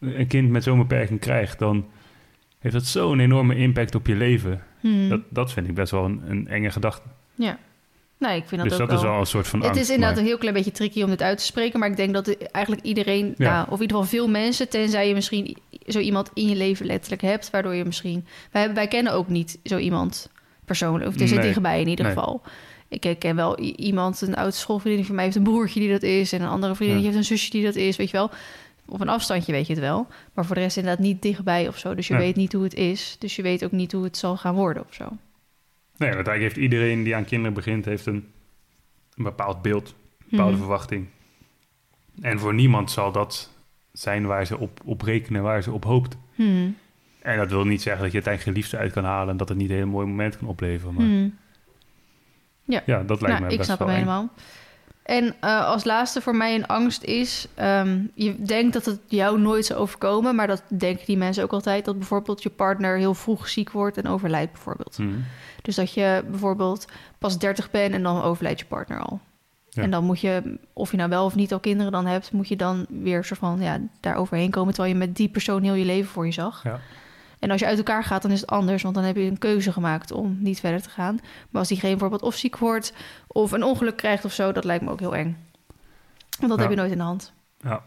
een kind met zo'n beperking krijgt, dan heeft dat zo'n enorme impact op je leven. Hmm. Dat, dat vind ik best wel een, een enge gedachte. Ja. Nee, ik vind dat dus ook dat wel... is wel een soort van Het angst. is inderdaad maar... een heel klein beetje tricky om dit uit te spreken, maar ik denk dat eigenlijk iedereen, Ja. nou, of in ieder geval veel mensen, tenzij je misschien zo iemand in je leven letterlijk hebt, waardoor je misschien... Wij, wij kennen ook niet zo iemand persoonlijk, of het is er Nee. dichtbij in ieder Nee. geval. Ik ken wel i- iemand, een oude schoolvriendin van mij heeft een broertje die dat is, en een andere vriendin Ja. die heeft een zusje die dat is, weet je wel. Op een afstandje weet je het wel, maar voor de rest inderdaad niet dichtbij of zo. Dus je Ja. weet niet hoe het is, dus je weet ook niet hoe het zal gaan worden of zo. Nee, want eigenlijk heeft iedereen die aan kinderen begint, heeft een, een bepaald beeld, een bepaalde Mhm. verwachting. En voor niemand zal dat zijn waar ze op, op rekenen, waar ze op hoopt. Hmm. En dat wil niet zeggen dat je het eigenlijk geen liefde uit kan halen en dat het niet een hele mooie moment kan opleveren. Maar Hmm. ja, dat lijkt Nou, mij ik best snap wel hem eng. helemaal. En uh, als laatste voor mij een angst is... Um, je denkt dat het jou nooit zou overkomen... maar dat denken die mensen ook altijd... dat bijvoorbeeld je partner heel vroeg ziek wordt en overlijdt bijvoorbeeld. Mhm. Dus dat je bijvoorbeeld pas dertig bent... en dan overlijdt je partner al. Ja. En dan moet je, of je nou wel of niet al kinderen dan hebt... moet je dan weer soort van ja, daar overheen komen... terwijl je met die persoon heel je leven voor je zag. Ja. En als je uit elkaar gaat, dan is het anders... want dan heb je een keuze gemaakt om niet verder te gaan. Maar als diegene bijvoorbeeld of ziek wordt... of een ongeluk krijgt of zo, dat lijkt me ook heel eng. Want dat Ja. heb je nooit in de hand. Ja.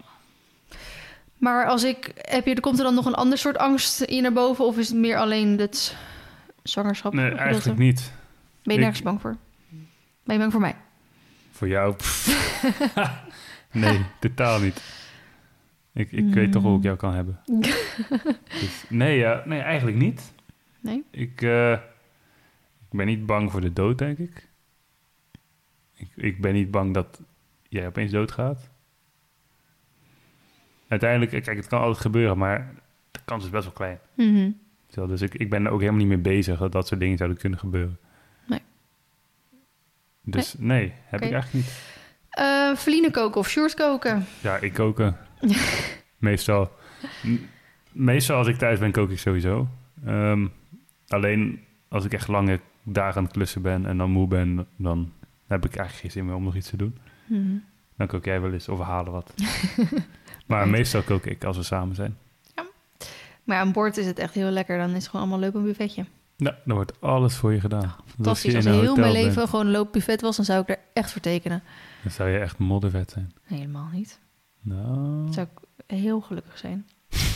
Maar als ik... Heb je, komt er dan nog een ander soort angst in je naar boven... of is het meer alleen het zwangerschap? Nee, gedeelte? eigenlijk niet. Ben je Ik- nergens bang voor? Ben je bang voor mij? Voor jou? Pff. Nee, totaal niet. Ik, ik weet toch hoe ik jou kan hebben. Dus, nee, ja, nee, eigenlijk niet. Nee? Ik, eh, ik ben niet bang voor de dood, denk ik. ik. Ik ben niet bang dat jij opeens doodgaat. Uiteindelijk, kijk, het kan altijd gebeuren, maar de kans is best wel klein. Mhm. Zo, dus ik, ik ben er ook helemaal niet mee bezig dat dat soort dingen zouden kunnen gebeuren. Nee. Dus nee, heb Oké. ik eigenlijk niet. Uh, Feline koken of Sjoerd koken? Ja, ik koken. Meestal. M- Meestal als ik thuis ben, kook ik sowieso. Um, alleen als ik echt lange dagen aan het klussen ben en dan moe ben, dan heb ik eigenlijk geen zin meer om nog iets te doen. Mhm. Dan kook jij wel eens of we halen wat. Maar meestal kook ik als we samen zijn. Maar aan boord is het echt heel lekker. Dan is het gewoon allemaal leuk een buffetje. Ja, dan wordt alles voor je gedaan. Dus Fantastisch. je Als in een heel hotel mijn leven bent, gewoon een loopbuffet was... dan zou ik er echt voor tekenen. dan zou je echt moddervet zijn. Nee, helemaal niet. Nou, Dan zou ik heel gelukkig zijn.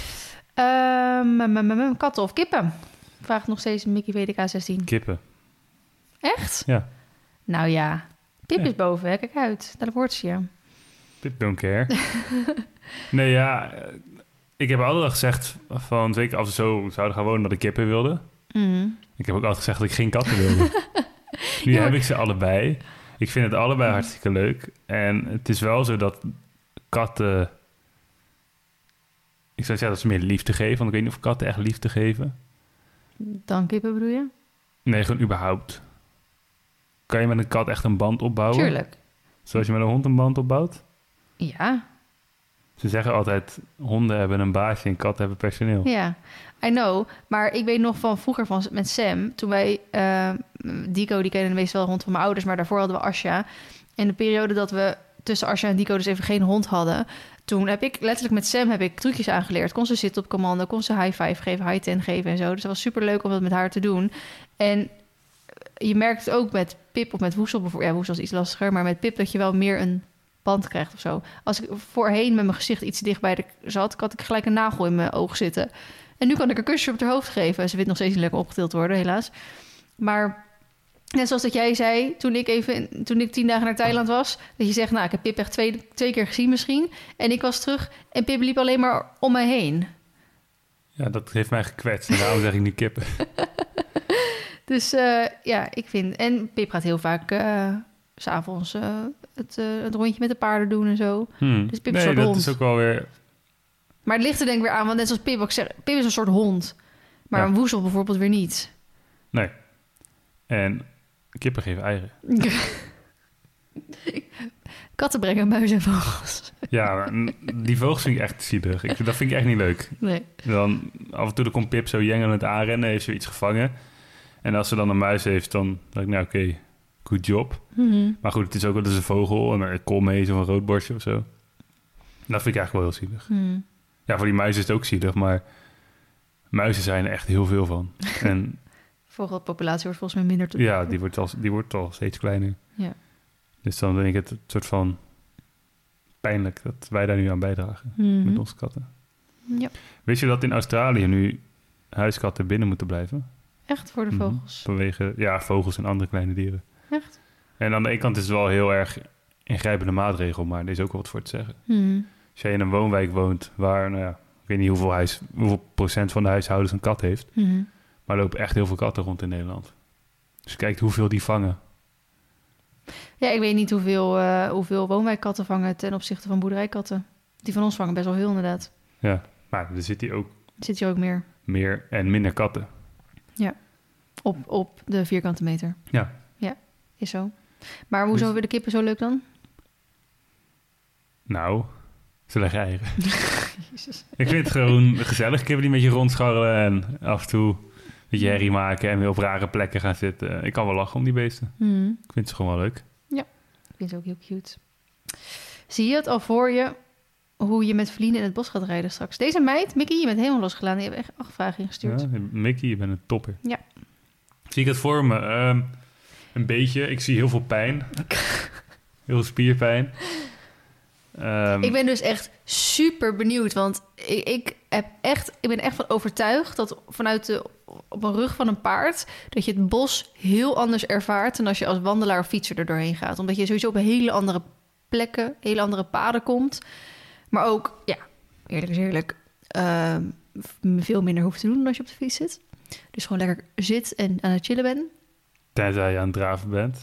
Ehm, m- m- m- katten of kippen? Vraagt nog steeds Mickey W D K zestien. kippen. Echt? Ja, Nou ja. Pip Ja. is boven, hè? Kijk uit. Daar wordt ze hier. Pip don't care. Nee, ja, eh, ik heb altijd al gezegd van zeker als we zo zouden gaan wonen dat ik kippen wilde. Mhm. Ik heb ook altijd gezegd dat ik geen katten wilde. Nu Ja, maar- heb ik ze allebei. Ik vind het allebei hartstikke leuk. En het is wel zo dat katten... Ik zou zeggen dat ze meer liefde geven. Want ik weet niet of katten echt liefde geven. Dan kippen bedoel je? Nee, gewoon überhaupt. Kan je met een kat echt een band opbouwen? Tuurlijk. Zoals je met een hond een band opbouwt? Ja. Ze zeggen altijd, honden hebben een baasje en katten hebben personeel. Ja, I know. Maar ik weet nog van vroeger van, met Sam... toen wij... eh, Dico, die kennen meestal de hond van mijn ouders... maar daarvoor hadden we Asja. En de periode dat we tussen Asja en Dico dus even geen hond hadden... toen heb ik letterlijk met Sam heb ik trucjes aangeleerd. Kon ze zitten op commando, kon ze high five geven, high ten geven en zo. Dus dat was super leuk om dat met haar te doen. En je merkt het ook met Pip of met Woesel bijvoorbeeld. Ja, Woesel is iets lastiger, maar met Pip dat je wel meer een band krijgt of zo. Als ik voorheen met mijn gezicht iets te dicht bij de zat... had ik gelijk een nagel in mijn oog zitten. En nu kan ik een kusje op haar hoofd geven. Ze wil nog steeds niet lekker opgetild worden, helaas. Maar net zoals dat jij zei, toen ik even toen ik tien dagen naar Thailand was... dat je zegt, nou, ik heb Pip echt twee, twee keer gezien misschien. En ik was terug en Pip liep alleen maar om me heen. Ja, dat heeft mij gekwetst. En daarom zeg ik niet kippen. Dus uh, ja, ik vind... En Pip gaat heel vaak... Uh, 's avonds uh, het, uh, het rondje met de paarden doen en zo. Hmm. Dus Pip is nee, een soort dat hond. is ook wel weer... Maar het ligt er denk ik weer aan, want net zoals Pip ook zegt... Pip is een soort hond. Maar Ja. een woezel bijvoorbeeld weer niet. Nee. En kippen geven eieren. Katten brengen muizen en vogels. Ja, maar die vogels vind ik echt zielig. Ik, dat vind ik echt niet leuk. Nee. Dan, af en toe dan komt Pip zo jengelend aanrennen, heeft ze iets gevangen. En als ze dan een muis heeft, dan denk ik, nou oké, okay, good job. Mm-hmm. Maar goed, het is ook wel eens een vogel, een koolmees of een roodborstje of zo. Dat vind ik eigenlijk wel heel zielig. Hmm. Ja, voor die muizen is het ook zielig, maar muizen zijn er echt heel veel van. En Vogelpopulatie wordt volgens mij minder te ja, die wordt, al, die wordt al steeds kleiner. Ja. Dus dan denk ik het een soort van pijnlijk dat wij daar nu aan bijdragen Mm-hmm. met onze katten. Ja. Wist je dat in Australië nu huiskatten binnen moeten blijven? Echt voor de Mhm. vogels. Vanwege ja, vogels en andere kleine dieren. Echt? En aan de ene kant is het wel heel erg ingrijpende maatregel, maar er is ook wel wat voor te zeggen. Hmm. Als jij in een woonwijk woont waar, nou ja, ik weet niet hoeveel, huis, hoeveel procent van de huishoudens een kat heeft, Hmm. maar er lopen echt heel veel katten rond in Nederland. Dus kijk hoeveel die vangen. Ja, ik weet niet hoeveel, uh, hoeveel woonwijkkatten vangen ten opzichte van boerderijkatten. Die van ons vangen best wel veel inderdaad. Ja, maar er zit hier ook Zit hier ook meer meer en minder katten. op, op de vierkante meter. Ja. Ja, is zo. Maar hoezo Dus- vinden de kippen zo leuk dan? Nou, ze leggen eieren. Jezus. Ik vind het gewoon gezellig. Kippen die met je rondscharrelen en af en toe een beetje herrie maken en weer op rare plekken gaan zitten. Ik kan wel lachen om die beesten. Hmm. Ik vind ze gewoon wel leuk. Ik vind ze ook heel cute. Zie je het al voor je hoe je met vrienden in het bos gaat rijden straks? Deze meid, Mickey, je bent helemaal losgelaten. Die hebben echt acht vragen ingestuurd. Ja, Mickey, je bent een topper. Ja. Zie ik het voor me? Ehm, een beetje. Ik zie heel veel pijn. Heel veel spierpijn. Ehm, Ik ben dus echt super benieuwd, want ik, ik, heb echt, ik ben echt van overtuigd dat vanuit de op een rug van een paard dat je het bos heel anders ervaart dan als je als wandelaar of fietser er doorheen gaat, omdat je sowieso op hele andere plekken, hele andere paden komt, maar ook ja, eerlijk is eerlijk, ehm, veel minder hoeft te doen dan als je op de fiets zit. Dus gewoon lekker zit en aan het chillen bent. Tenzij je aan het draven bent.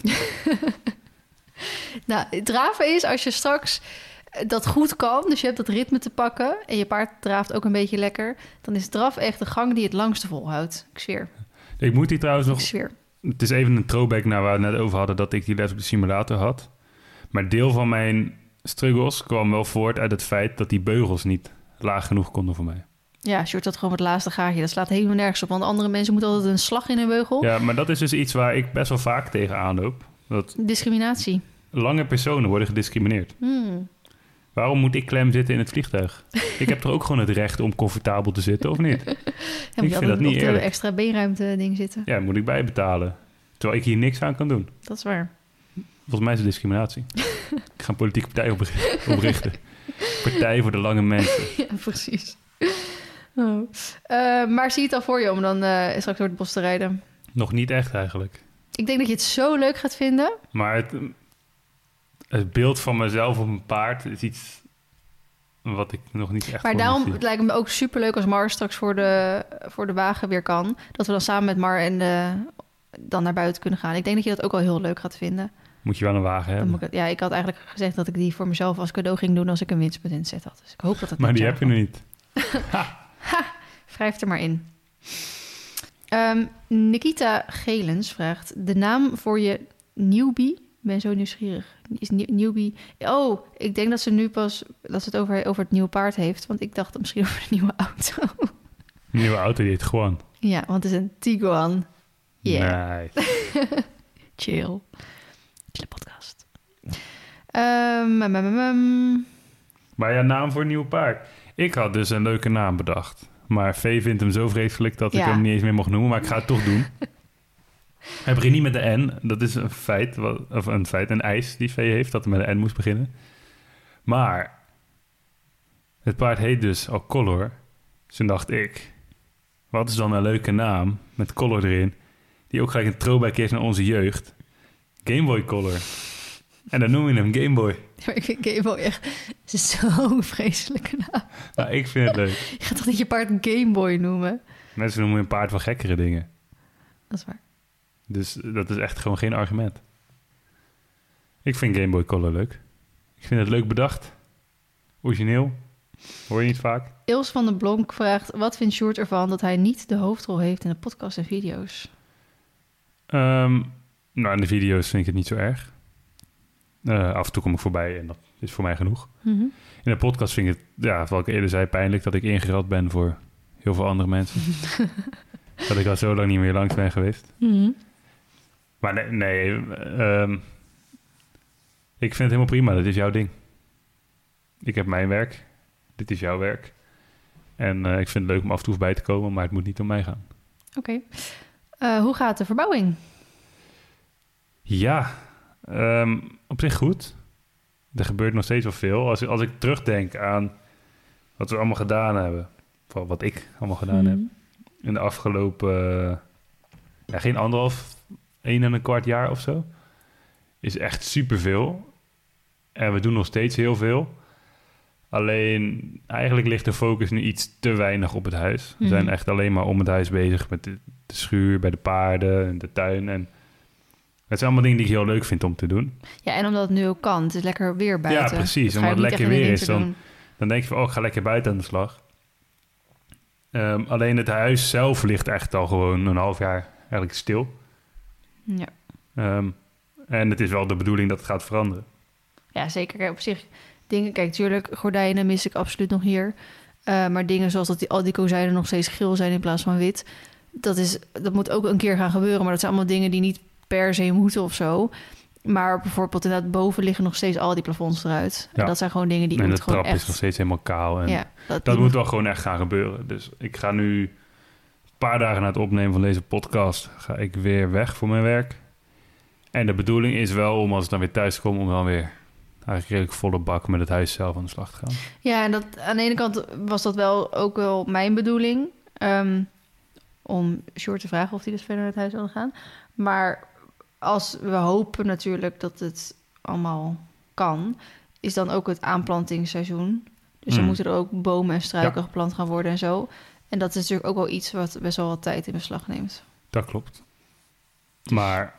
Nou, draven is als je straks dat goed kan, dus je hebt dat ritme te pakken en je paard draaft ook een beetje lekker, dan is draf echt de gang die het langste volhoudt. Ik zweer. Ik moet die trouwens Ik nog... zweer. Het is even een throwback naar waar we het net over hadden, dat ik die les op de simulator had. Maar deel van mijn struggles kwam wel voort uit het feit dat die beugels niet laag genoeg konden voor mij. Ja, Sjoerd had gewoon het laatste gaatje. Dat slaat helemaal nergens op, want andere mensen moeten altijd een slag in hun beugel. Ja, maar dat is dus iets waar ik best wel vaak tegen aanloop. Dat Discriminatie. lange personen worden gediscrimineerd. Hmm. Waarom moet ik klem zitten in het vliegtuig? Ik heb toch ook gewoon het recht om comfortabel te zitten, of niet? Ja, moet vind je dat altijd niet op de eerlijk. extra beenruimte ding zitten. Ja, moet ik bijbetalen. Terwijl ik hier niks aan kan doen. Dat is waar. Volgens mij is het discriminatie. Ik ga een politieke partij opri- oprichten. Partij voor de lange mensen. Ja, precies. Oh. Uh, maar zie je het al voor je om dan uh, straks door het bos te rijden? Nog niet echt eigenlijk. Ik denk dat je het zo leuk gaat vinden. Maar het, het beeld van mezelf op een paard is iets wat ik nog niet echt Maar voor me daarom zie. het lijkt me ook superleuk als Mar straks voor de, voor de wagen weer kan. Dat we dan samen met Mar en de, dan naar buiten kunnen gaan. Ik denk dat je dat ook wel heel leuk gaat vinden. Moet je wel een wagen Dan hebben. moet ik, ja, ik had eigenlijk gezegd dat ik die voor mezelf als cadeau ging doen als ik een winstpunt in zet had. Dus ik hoop dat het Maar dit die jaar heb je kan. nu niet. Wrijf er maar in. Um, Nikita Gelens vraagt... De naam voor je newbie... Ik ben zo nieuwsgierig. Is new- newbie... Oh, ik denk dat ze nu pas... Dat ze het over, over het nieuwe paard heeft. Want ik dacht misschien over de nieuwe auto. Een nieuwe auto die heet gewoon. Ja, want het is een Tiguan. Yeah. Nee. Chill. Chill podcast. Um, um, um, um. Maar ja, naam voor een nieuw paard. Ik had dus een leuke naam bedacht. Maar V vindt hem zo vreselijk dat ik Ja. hem niet eens meer mocht noemen. Maar ik ga het toch doen. Hij begint niet met de N. Dat is een feit. Wat, of een feit, een eis die V heeft. Dat hij met de N moest beginnen. Maar het paard heet dus al Color. Dus toen dacht ik... Wat is dan een leuke naam met Color erin... die ook gelijk een throwback heeft naar onze jeugd. Game Boy Color. En dan noem je hem Game Boy. Maar ik vind Game Boy echt zo'n vreselijke naam. Nou, ik vind het leuk. Je gaat toch niet je paard Game Boy noemen? Mensen noemen een paard wel gekkere dingen. Dat is waar. Dus dat is echt gewoon geen argument. Ik vind Game Boy Color leuk. Ik vind het leuk bedacht. Origineel. Hoor je niet vaak. Ils van den Blonk vraagt... Wat vindt Sjoerd ervan dat hij niet de hoofdrol heeft in de podcast en video's? Um, nou, in de video's vind ik het niet zo erg. Uh, af en toe kom ik voorbij en dat is voor mij genoeg. Mm-hmm. In de podcast vind ik het, ja, wat ik eerder zei, pijnlijk dat ik ingerad ben voor heel veel andere mensen. Dat ik al zo lang niet meer langs ben geweest. Mm-hmm. Maar nee, nee um, ik vind het helemaal prima. Dat is jouw ding. Ik heb mijn werk. Dit is jouw werk. En uh, ik vind het leuk om af en toe bij te komen, maar het moet niet om mij gaan. Oké. Okay. Uh, hoe gaat de verbouwing? Ja, um, op zich goed. Er gebeurt nog steeds wel veel. Als, als ik terugdenk aan wat we allemaal gedaan hebben, vooral wat ik allemaal gedaan mm. heb, in de afgelopen, uh, ja, geen anderhalf, één en een kwart jaar of zo, is echt superveel. En we doen nog steeds heel veel. Alleen, eigenlijk ligt de focus nu iets te weinig op het huis. We mm. zijn echt alleen maar om het huis bezig met de, de schuur, bij de paarden en de tuin. En het zijn allemaal dingen die ik heel leuk vind om te doen. Ja, en omdat het nu ook kan. Het is lekker weer buiten. Ja, precies. Omdat het lekker weer is, dan, dan denk je van, oh, ik ga lekker buiten aan de slag. Um, alleen het huis zelf ligt echt al gewoon een half jaar eigenlijk stil. Ja. Um, en het is wel de bedoeling dat het gaat veranderen. Ja, zeker. Kijk, op zich dingen... Kijk, natuurlijk, gordijnen mis ik absoluut nog hier. Uh, maar dingen zoals dat die, al die kozijnen nog steeds geel zijn in plaats van wit. Dat, is, dat moet ook een keer gaan gebeuren. Maar dat zijn allemaal dingen die niet per se moeten of zo. Maar bijvoorbeeld inderdaad boven liggen nog steeds al die plafonds eruit. Ja. En dat zijn gewoon dingen die... En moet de trap gewoon echt... is nog steeds helemaal kaal. En ja, dat dat moet wel gewoon echt gaan gebeuren. Dus ik ga nu een paar dagen na het opnemen van deze podcast... ga ik weer weg voor mijn werk. En de bedoeling is wel om als ik dan weer thuis kom... om dan weer eigenlijk redelijk volle bak met het huis zelf aan de slag te gaan. Ja, en dat, aan de ene kant was dat wel ook wel mijn bedoeling... Um, om Sjoerd te vragen of hij dus verder naar het huis wilde gaan. Maar... als we hopen natuurlijk dat het allemaal kan... is dan ook het aanplantingsseizoen. Dus dan mm. moeten er ook bomen en struiken ja. geplant gaan worden en zo. En dat is natuurlijk ook wel iets wat best wel wat tijd in beslag neemt. Dat klopt. Maar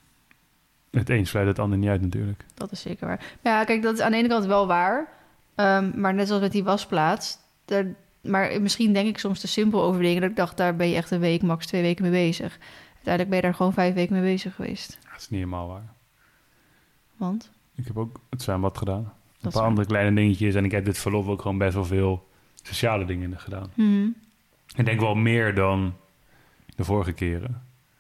het een sluit het ander niet uit natuurlijk. Dat is zeker waar. Ja, kijk, dat is aan de ene kant wel waar. Um, maar net zoals met die wasplaats... Daar, maar misschien denk ik soms te simpel over dingen... dat ik dacht, daar ben je echt een week, max twee weken mee bezig... Uiteindelijk ben je daar gewoon vijf weken mee bezig geweest. Dat is niet helemaal waar. Want? Ik heb ook het zwembad gedaan. Dat een paar waar. andere kleine dingetjes. En ik heb dit verlof ook gewoon best wel veel sociale dingen gedaan. Mm-hmm. Ik denk wel meer dan de vorige keren.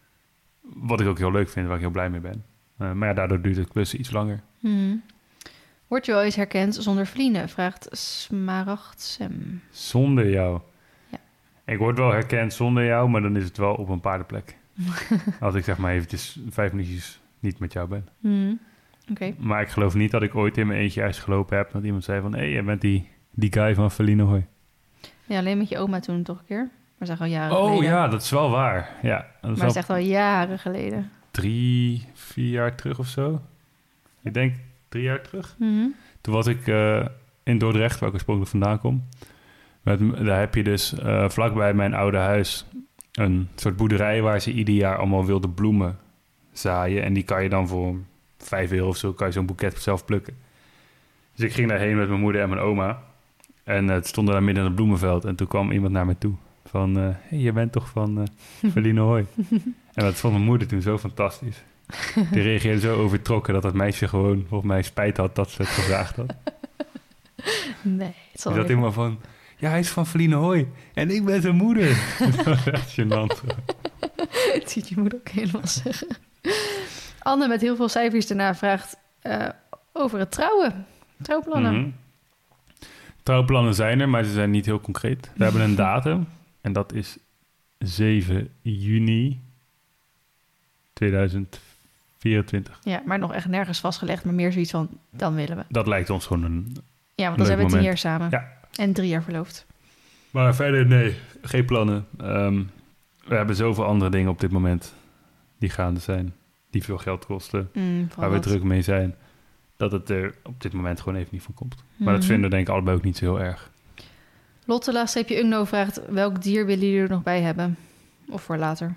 Wat ik ook heel leuk vind, waar ik heel blij mee ben. Uh, maar ja, daardoor duurt het klussen iets langer. Mm-hmm. Word je wel eens herkend zonder vrienden? Vraagt Smaragd Sem. Zonder jou? Ja. Ik word wel herkend zonder jou, maar dan is het wel op een paardenplek. Als ik zeg maar eventjes vijf minuutjes niet met jou ben. Mm, okay. Maar ik geloof niet dat ik ooit in mijn eentje uitgelopen heb... dat iemand zei van... hé, hey, jij bent die, die guy van Feline Hoi. Ja, alleen met je oma toen toch een keer. Maar dat is al jaren oh, geleden. Oh ja, dat is wel waar. Ja, dat is maar wel dat is echt al jaren geleden. Drie, vier jaar terug of zo. Ik denk drie jaar terug. Mm-hmm. Toen was ik uh, in Dordrecht, waar ik oorspronkelijk vandaan kom. Met, daar heb je dus uh, vlakbij mijn oude huis... een soort boerderij waar ze ieder jaar allemaal wilde bloemen zaaien. En die kan je dan voor vijf euro of zo... kan je zo'n boeket zelf plukken. Dus ik ging daarheen met mijn moeder en mijn oma. En het uh, stond daar midden in het bloemenveld. En toen kwam iemand naar me toe. Van, uh, hey, je bent toch van uh, Feline Hoi? En dat vond mijn moeder toen zo fantastisch. Die reageerde zo overtrokken... dat dat meisje gewoon volgens mij spijt had dat ze het gevraagd had. Nee, het zal Die zat helemaal van... ja, hij is van Feline Hoi. En ik ben zijn moeder. Dat was echt gênant. Het ziet je moeder ook helemaal zeggen. Anne met heel veel cijfers daarna vraagt... Uh, over het trouwen. Trouwplannen. Mm-hmm. Trouwplannen zijn er, maar ze zijn niet heel concreet. We hebben een datum. En dat is zeven juni tweeduizend vierentwintig. Ja, maar nog echt nergens vastgelegd. Maar meer zoiets van, dan willen we. Dat lijkt ons gewoon een Ja, want dan zijn we tien jaar samen. Ja. En drie jaar verloofd. Maar verder, nee, geen plannen. Um, we hebben zoveel andere dingen op dit moment die gaande zijn. Die veel geld kosten. Mm, waar we wat. druk mee zijn. Dat het er op dit moment gewoon even niet van komt. Mm. Maar dat vinden we denk ik allebei ook niet zo heel erg. Lotte laagstreepje Ungno vraagt... welk dier willen jullie er nog bij hebben? Of voor later?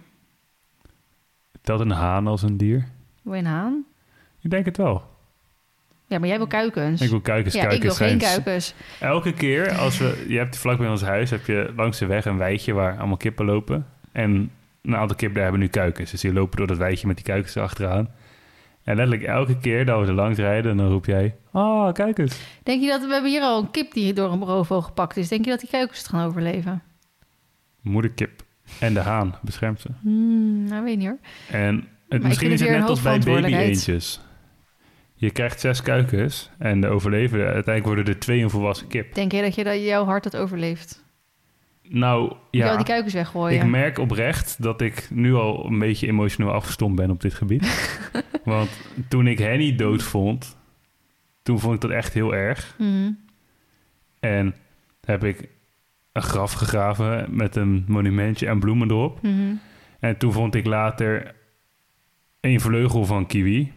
Telt een haan als een dier? Wil je een haan? Ik denk het wel. Ja, maar jij wil kuikens. Ik wil kuikens. Ja, kuikens ik wil geen zijn... kuikens. Elke keer als we... Je hebt vlak bij ons huis... heb je langs de weg een weidje waar allemaal kippen lopen. En een aantal kippen daar hebben nu kuikens. Dus die lopen door dat weidje met die kuikens erachteraan. En letterlijk elke keer dat we er langs rijden... dan roep jij... Ah, kuikens. Denk je dat... We hebben hier al een kip die door een roofvogel gepakt is. Denk je dat die kuikens het gaan overleven? Moederkip en de haan beschermt ze. Hmm, nou, weet niet hoor. En het, misschien is het net als bij baby-eendjes. Je krijgt zes kuikens en de overleven... uiteindelijk worden er twee een volwassen kip. Denk je dat, je dat jouw hart dat overleeft? Nou, ja. Ja, die kuikens weggooien. Ik merk oprecht dat ik nu al een beetje emotioneel afgestompt ben op dit gebied. Want toen ik Henny dood vond, toen vond ik dat echt heel erg. Mm. En heb ik een graf gegraven met een monumentje en bloemen erop. Mm-hmm. En toen vond ik later een vleugel van Kiwi.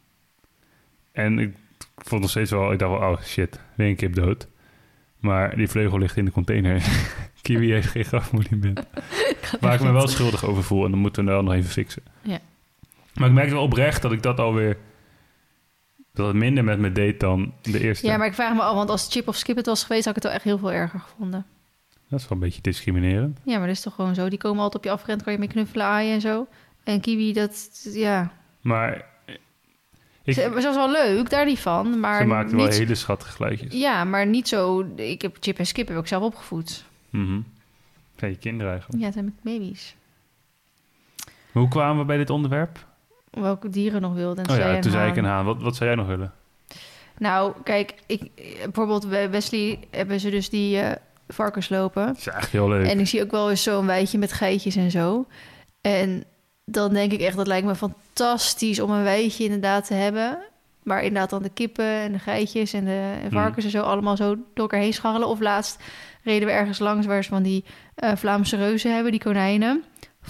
En ik vond nog steeds wel, ik dacht wel, oh shit, weer een kip dood. Maar die vleugel ligt in de container. Kiwi heeft geen grafmonument. Waar ik me wel schuldig over voel. En dan moeten we wel nog even fixen. Ja. Maar ik merkte wel oprecht dat ik dat alweer... dat het minder met me deed dan de eerste. Ja, maar ik vraag me af, want als Chip of Skip het was geweest... had ik het wel echt heel veel erger gevonden. Dat is wel een beetje discriminerend. Ja, maar dat is toch gewoon zo. Die komen altijd op je afgerend, kan je mee knuffelen, aaien en zo. En Kiwi, dat, ja... Maar... Ik, Ze, ze was wel leuk, daar niet van. Maar ze maakten wel niet, hele schattige geluidjes. Ja, maar niet zo... Ik heb Chip en Skip heb ik zelf opgevoed. Mm-hmm. Zijn je kinderen eigenlijk? Ja, het zijn mijn baby's. Hoe kwamen we bij dit onderwerp? Welke dieren nog wilden. En Oh zei ja, een toen zei ik haan. een haan. Wat, wat zou jij nog willen? Nou, kijk, ik, bijvoorbeeld bij Wesley hebben ze dus die uh, varkens lopen. Dat is eigenlijk heel leuk. En ik zie ook wel eens zo'n weidje met geitjes en zo. En dan denk ik echt, dat lijkt me fantastisch om een weidje inderdaad te hebben. Maar inderdaad dan de kippen en de geitjes en de en varkens en zo allemaal zo door elkaar heen scharrelen. Of laatst reden we ergens langs waar ze van die uh, Vlaamse reuzen hebben, die konijnen.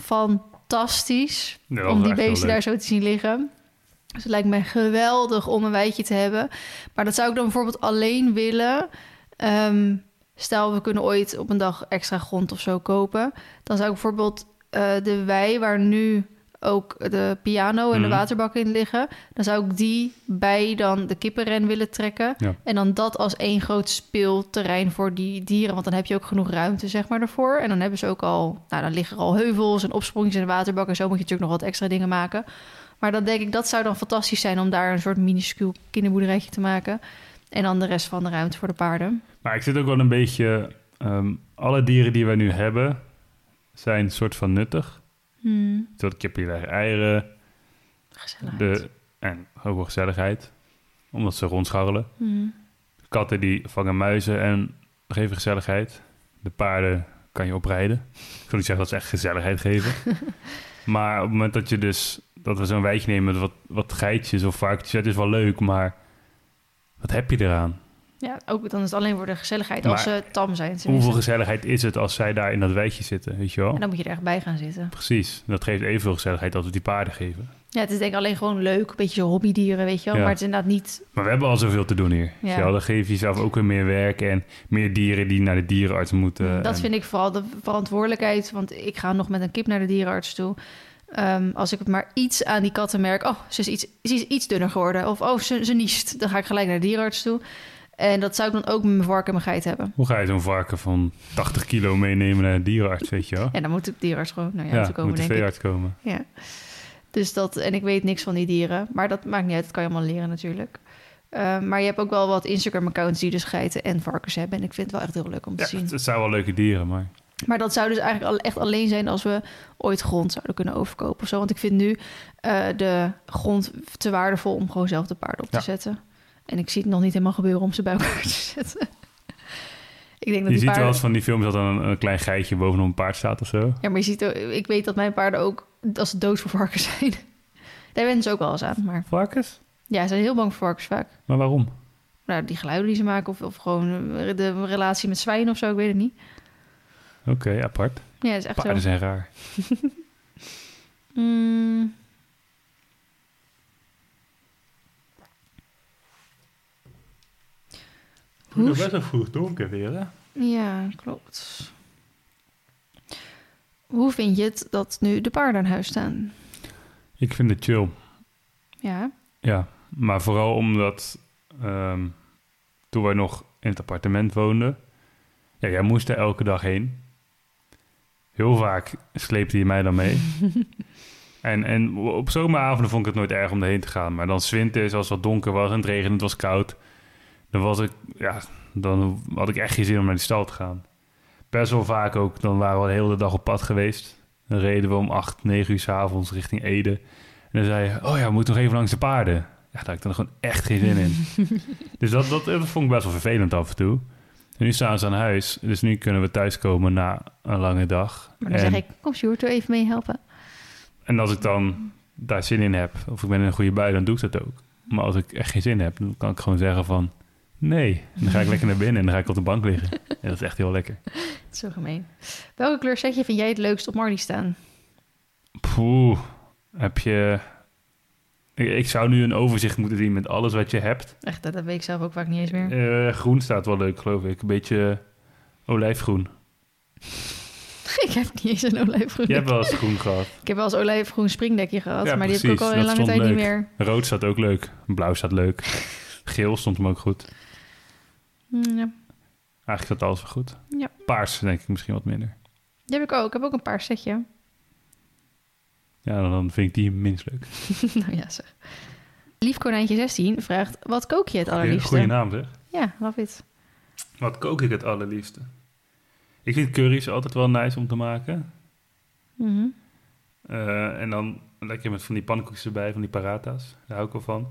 Fantastisch Ja, dat om was die echt heel beesten leuk. daar zo te zien liggen. Dus het lijkt me geweldig om een weidje te hebben. Maar dat zou ik dan bijvoorbeeld alleen willen. Um, stel, we kunnen ooit op een dag extra grond of zo kopen. Dan zou ik bijvoorbeeld uh, de wei waar nu ook de piano en Mhm. de waterbak in liggen... dan zou ik die bij dan de kippenren willen trekken. Ja. En dan dat als één groot speelterrein voor die dieren. Want dan heb je ook genoeg ruimte, zeg maar, ervoor. En dan hebben ze ook al... Nou, dan liggen er al heuvels en opsprongetjes in de waterbak... en zo moet je natuurlijk nog wat extra dingen maken. Maar dan denk ik, dat zou dan fantastisch zijn... om daar een soort minuscuul kinderboerderijtje te maken. En dan de rest van de ruimte voor de paarden. Maar ik zit ook wel een beetje... Um, alle dieren die wij nu hebben... zijn een soort van nuttig. Hmm. Zoals kippen die leggen eieren. Gezelligheid. De, en ook wel gezelligheid. Omdat ze rondscharrelen. Hmm. Katten die vangen muizen en geven gezelligheid. De paarden kan je oprijden. Ik wil niet zeggen dat ze echt gezelligheid geven. Maar op het moment dat je dus... dat we zo'n weidje nemen met wat, wat geitjes of varkentjes... dat is wel leuk, maar wat heb je eraan? Ja, ook dan is het alleen voor de gezelligheid Maar als ze tam zijn. Hoeveel tenminste. gezelligheid is het als zij daar in dat weidje zitten, weet je wel? En dan moet je er echt bij gaan zitten. Precies. Dat geeft evenveel gezelligheid als we die paarden geven. Ja, het is denk ik alleen gewoon leuk. Een beetje zo hobbydieren, weet je wel. Ja. Maar het is inderdaad niet... Maar we hebben al zoveel te doen hier. Ja. Ja. Dan geef je jezelf ook weer meer werk... en meer dieren die naar de dierenarts moeten. dat en... vind ik vooral de verantwoordelijkheid. Want ik ga nog met een kip naar de dierenarts toe. Um, als ik het maar iets aan die katten merk... oh, ze is iets, ze is iets dunner geworden. Of oh, ze, ze niest. Dan ga ik gelijk naar de dierenarts toe. En dat zou ik dan ook met mijn varken en mijn geit hebben. Hoe ga je zo'n varken van tachtig kilo meenemen naar de dierenarts, weet je wel? En dan moet de dierenarts gewoon naar jou Ja, toe komen, moet de denk ik. veearts komen. Ja. Dus dat, en ik weet niks van die dieren. Maar dat maakt niet uit, dat kan je allemaal leren natuurlijk. Uh, maar je hebt ook wel wat Instagram-accounts die dus geiten en varkens hebben. En ik vind het wel echt heel leuk om te Ja, zien. het, het zijn wel leuke dieren, maar... Maar dat zou dus eigenlijk al echt alleen zijn als we ooit grond zouden kunnen overkopen of zo. Want ik vind nu uh, de grond te waardevol om gewoon zelf de paarden op te Ja. zetten. En ik zie het nog niet helemaal gebeuren om ze bij elkaar te zetten. Ik denk dat Je die ziet paarden... wel eens van die films dat er een, een klein geitje bovenop een paard staat of zo. Ja, maar je ziet, ook- ik weet dat mijn paarden ook als ze dood voor varkens zijn. Daar wennen ze ook wel eens aan. Maar Varkens? ja, ze zijn heel bang voor varkens vaak. Maar waarom? Nou, die geluiden die ze maken of, of gewoon eh, de relatie met zwijnen of zo, ik weet het niet. Oké, okay, apart. Ja, dat is echt Paarden zo. zijn raar. Mm. Het Hoe- is best wel vroeg donker weer, hè? Ja, klopt. Hoe vind je het dat nu de paarden aan huis staan? Ik vind het chill. Ja, Ja, maar vooral omdat um, toen wij nog in het appartement woonden... Ja, jij moest er elke dag heen. Heel vaak sleepte je mij dan mee. en, en op zomeravonden vond ik het nooit erg om erheen te gaan. Maar dan 's winters, als het wat donker was en het regende, het was koud... dan was ik, ja, dan had ik echt geen zin om naar die stal te gaan. Best wel vaak ook, dan waren we de hele dag op pad geweest. Dan reden we om acht, negen uur 's avonds richting Ede. En dan zei je, oh ja, we moeten nog even langs de paarden. Ja, daar had ik dan gewoon echt geen zin in. Dus dat, dat, dat vond ik best wel vervelend af en toe. En nu staan ze aan huis, dus nu kunnen we thuiskomen na een lange dag. Maar dan en, zeg ik, kom Sjoerd, doe even mee helpen. En als ik dan daar zin in heb, of ik ben in een goede bui, dan doe ik dat ook. Maar als ik echt geen zin heb, dan kan ik gewoon zeggen van... nee, en dan ga ik lekker naar binnen en dan ga ik op de bank liggen. En dat is echt heel lekker. Zo gemeen. Welke kleur setje vind jij het leukst op Marley staan? Poeh, heb je... Ik, ik zou nu een overzicht moeten zien met alles wat je hebt. Echt, dat weet ik zelf ook vaak niet eens meer. Uh, groen staat wel leuk, geloof ik. Een beetje olijfgroen. Ik heb niet eens een olijfgroen. Je hebt wel eens groen gehad. Ik heb wel eens olijfgroen springdekje gehad, Ja, maar precies, die heb ik ook al een lange tijd leuk. niet meer. Rood staat ook leuk. Blauw staat leuk. Geel stond hem ook goed. Ja. Eigenlijk staat alles wel goed. Ja. Paars denk ik misschien wat minder. Die heb ik ook. Ik heb ook een paars setje. Ja, dan vind ik die minst leuk. Nou ja, zeg. Lief Konijntje zestien vraagt, wat kook je het allerliefste? Goeie naam, zeg. Ja, love it. Wat kook ik het allerliefste? Ik vind curry's altijd wel nice om te maken. Mm-hmm. Uh, en dan lekker met van die pannenkoekjes erbij, van die parata's. Daar hou ik wel van.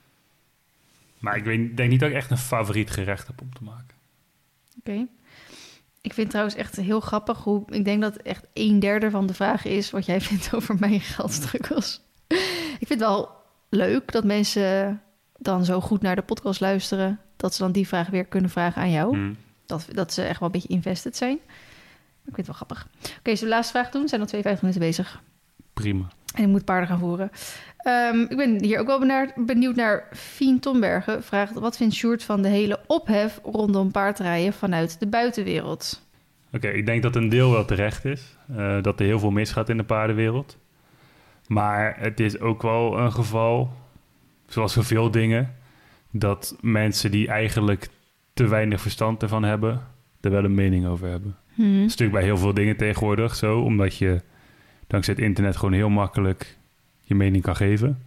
Maar ik weet, denk niet dat ik echt een favoriet gerecht heb om te maken. Oké. Okay. Ik vind trouwens echt heel grappig hoe... Ik denk dat echt een derde van de vraag is wat jij vindt over mijn geldstruggles. Ik vind het wel leuk dat mensen dan zo goed naar de podcast luisteren... dat ze dan die vraag weer kunnen vragen aan jou. Hmm. Dat, dat ze echt wel een beetje invested zijn. Ik vind het wel grappig. Oké, okay, zullen we de laatste vraag doen? We zijn al tweeënvijftig minuten bezig. Prima. En ik moet paarden gaan voeren. Um, ik ben hier ook wel benieuwd, benieuwd naar Fien Tombergen. Vraagt, wat vindt Sjoerd van de hele ophef rondom paardrijden vanuit de buitenwereld? Oké, okay, ik denk dat een deel wel terecht is. Uh, dat er heel veel misgaat in de paardenwereld. Maar het is ook wel een geval, zoals zoveel dingen... dat mensen die eigenlijk te weinig verstand ervan hebben... er wel een mening over hebben. Hmm. Dat is natuurlijk bij heel veel dingen tegenwoordig zo... omdat je dankzij het internet gewoon heel makkelijk je mening kan geven.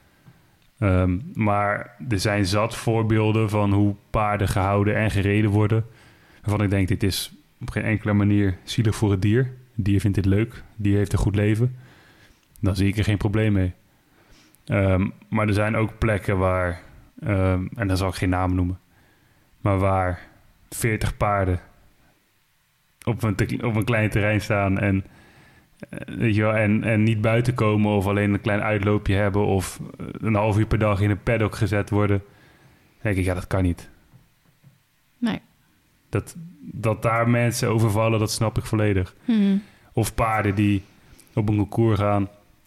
Um, maar er zijn zat voorbeelden van hoe paarden gehouden en gereden worden... waarvan ik denk, dit is op geen enkele manier zielig voor het dier. Het dier vindt dit leuk, het dier heeft een goed leven. Dan zie ik er geen probleem mee. Um, maar er zijn ook plekken waar... Um, en dan zal ik geen naam noemen... maar waar veertig paarden op een, te, op een klein terrein staan... en Weet je wel, en, en niet buiten komen of alleen een klein uitloopje hebben... of een half uur per dag in een paddock gezet worden. Dan denk ik, ja, dat kan niet. Nee. Dat, dat daar mensen overvallen, dat snap ik volledig. Hmm. Of paarden die op een concours gaan...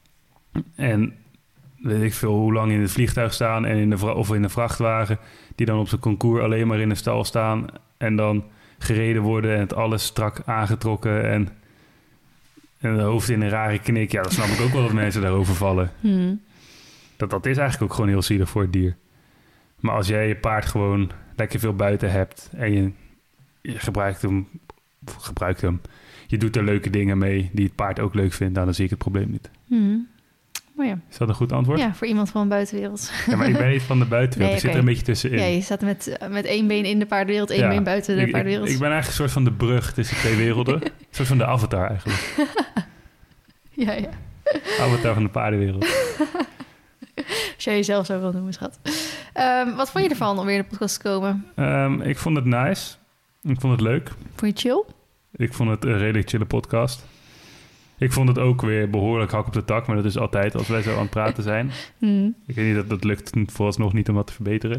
en weet ik veel hoe lang in het vliegtuig staan... en in de, of in een vrachtwagen... die dan op zo'n concours alleen maar in de stal staan... en dan gereden worden en het alles strak aangetrokken... en En de hoofd in een rare knik. Ja, dat snap ik ook wel dat mensen daarover vallen. Hmm. Dat, dat is eigenlijk ook gewoon heel zielig voor het dier. Maar als jij je paard gewoon lekker veel buiten hebt... en je, je gebruikt hem, gebruikt hem... je doet er leuke dingen mee die het paard ook leuk vindt... dan zie ik het probleem niet. Hmm. Oh ja. Is dat een goed antwoord? Ja, voor iemand van de buitenwereld. Ja, maar ik ben niet van de buitenwereld. Nee, ik zit okay. er een beetje tussenin. Ja, je staat met, met één been in de paardenwereld... één ja, been buiten de ik, paardenwereld. Ik, ik ben eigenlijk een soort van de brug tussen twee werelden. Een soort van de avatar eigenlijk. Ja, ja. Avatar van de paardenwereld. Als jij jezelf zo wil noemen, schat. Um, wat vond je ervan om weer in de podcast te komen? Um, ik vond het nice. Ik vond het leuk. Vond je chill? Ik vond het een redelijk chille podcast. Ik vond het ook weer behoorlijk hak op de tak, maar dat is altijd als wij zo aan het praten zijn. Hmm. Ik weet niet, dat, dat lukt vooralsnog niet om dat te verbeteren.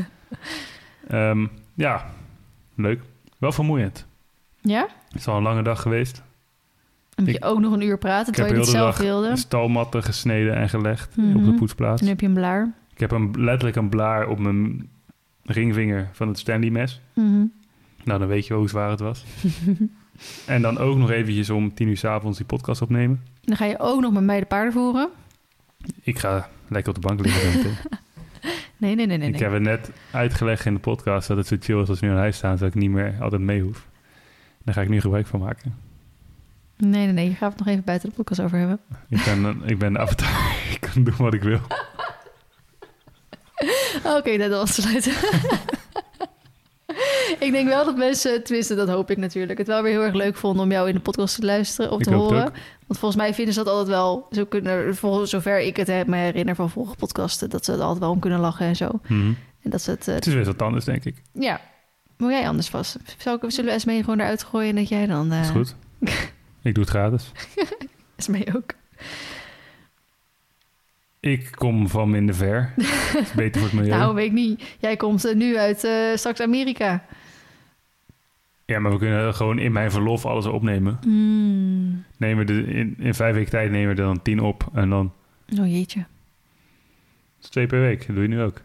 um, ja, leuk. Wel vermoeiend. Ja? Het is al een lange dag geweest. En moet je ook nog een uur praten, terwijl je het zelf wilde? Stalmatten gesneden en gelegd mm-hmm. op de poetsplaats. En nu heb je een blaar. Ik heb een, letterlijk een blaar op mijn ringvinger van het Stanley mes. Mm-hmm. Nou, dan weet je wel hoe zwaar het was. En dan ook nog eventjes om tien uur 's avonds die podcast opnemen. Dan ga je ook nog met mij de paarden voeren? Ik ga lekker op de bank liggen. nee, nee, nee, nee. Ik nee. heb het net uitgelegd in de podcast dat het zo chill is als we nu aan huis staan, zodat ik niet meer altijd mee hoef. Daar ga ik nu gebruik van maken. Nee, nee, nee. Je gaat het nog even buiten de podcast over hebben. Ik ben, ik ben de avatar. Ik kan doen wat ik wil. Oké, okay, dat was sluiten. Ik denk wel dat mensen, tenminste dat hoop ik natuurlijk, het wel weer heel erg leuk vonden om jou in de podcast te luisteren of te horen. Want volgens mij vinden ze dat altijd wel, zo kunnen, zover ik het me herinner van vorige podcasten, dat ze er altijd wel om kunnen lachen en zo. Mm-hmm. En dat ze het, uh, het is weer wat anders, denk ik. Ja, Wil jij anders vast? Zal ik, zullen we Esmee gewoon eruit gooien en dat jij dan... Uh... Is goed. Ik doe het gratis. Esmee ook. Ik kom van minder ver. Dat is beter voor het milieu. Nou, weet ik niet. Jij komt uh, nu uit uh, straks Amerika. Ja, maar we kunnen gewoon in mijn verlof alles opnemen. Mm. Nemen we de, in, in vijf weken tijd nemen we er dan tien op. En dan... Oh jeetje. Dat is twee per week. Dat doe je nu ook.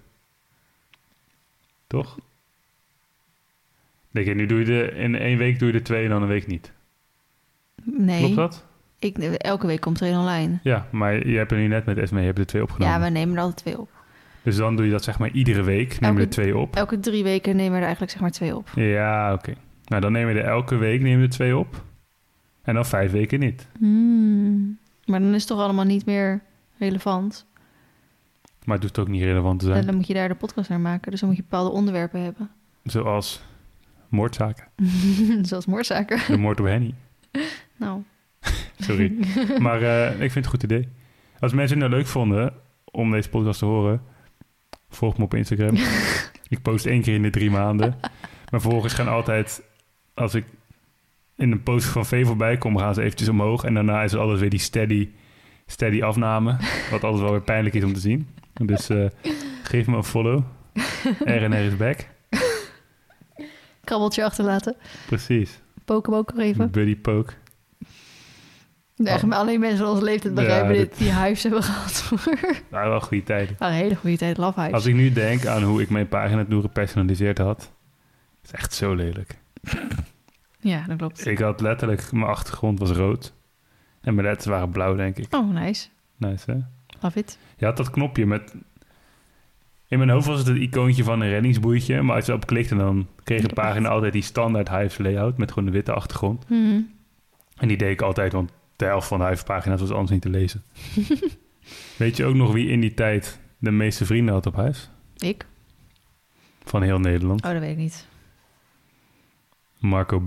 Toch? Denk je, nu doe je de, in één week doe je er twee en dan een week niet. Nee. Klopt dat? Ik, elke week komt er een online. Ja, maar je hebt er nu net met Esmee, je hebt er twee opgenomen. Ja, we nemen er altijd twee op. Dus dan doe je dat zeg maar iedere week, neem je er twee op. Elke drie weken nemen we er eigenlijk zeg maar twee op. Ja, oké. Okay. Nou, dan nemen we er elke week nemen we er twee op. En dan vijf weken niet. Hmm. Maar dan is het toch allemaal niet meer relevant. Maar het hoeft ook niet relevant te zijn. En dan moet je daar de podcast naar maken. Dus dan moet je bepaalde onderwerpen hebben. Zoals moordzaken. Zoals moordzaken. De moord op Henny. Nou. Sorry. Maar uh, ik vind het een goed idee. Als mensen het nou leuk vonden om deze podcast te horen, volg me op Instagram. Ik post één keer in de drie maanden. Mijn volgers gaan altijd, als ik in een post van V voorbij kom, gaan ze eventjes omhoog. En daarna is er altijd weer die steady, steady afname. Wat altijd wel weer pijnlijk is om te zien. Dus uh, geef me een follow. R N R is back. Krabbeltje achterlaten. Precies. Poke hem ook nog even. Buddy poke. Nee, oh. Alleen mensen van onze leeftijd begrijpen ja, dit, dit, die hives hebben gehad. Nou, wel goede tijden. Nou, een hele goede tijd, love hives. Als ik nu denk aan hoe ik mijn pagina toen gepersonaliseerd had, is echt zo lelijk. Ja, dat klopt. Ik had letterlijk, mijn achtergrond was rood. En mijn letters waren blauw, denk ik. Oh, nice. Nice, hè? Love it. Je had dat knopje met... In mijn hoofd was het het icoontje van een reddingsboeitje. Maar als je op klikte, dan kreeg de pagina altijd die standaard Hives layout met gewoon een witte achtergrond. Mm-hmm. En die deed ik altijd, want de helft van de Hives-pagina's was anders niet te lezen. Weet je ook nog wie in die tijd de meeste vrienden had op Hives? Ik. Van heel Nederland. Oh, dat weet ik niet. Marco B.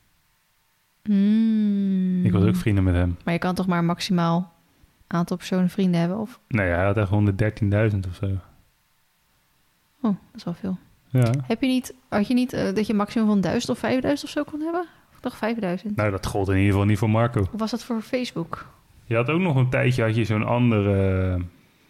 Mm. Ik was ook vrienden met hem. Maar je kan toch maar maximaal aantal personen vrienden hebben, of? Nee, hij had echt honderddertienduizend of zo. Oh, dat is wel veel. Ja. Heb je niet, had je niet uh, dat je maximum van duizend of vijfduizend of zo kon hebben? Of toch vijfduizend? Nou, dat gold in ieder geval niet voor Marco. Of was dat voor Facebook? Je had ook nog een tijdje, had je zo'n andere... Uh,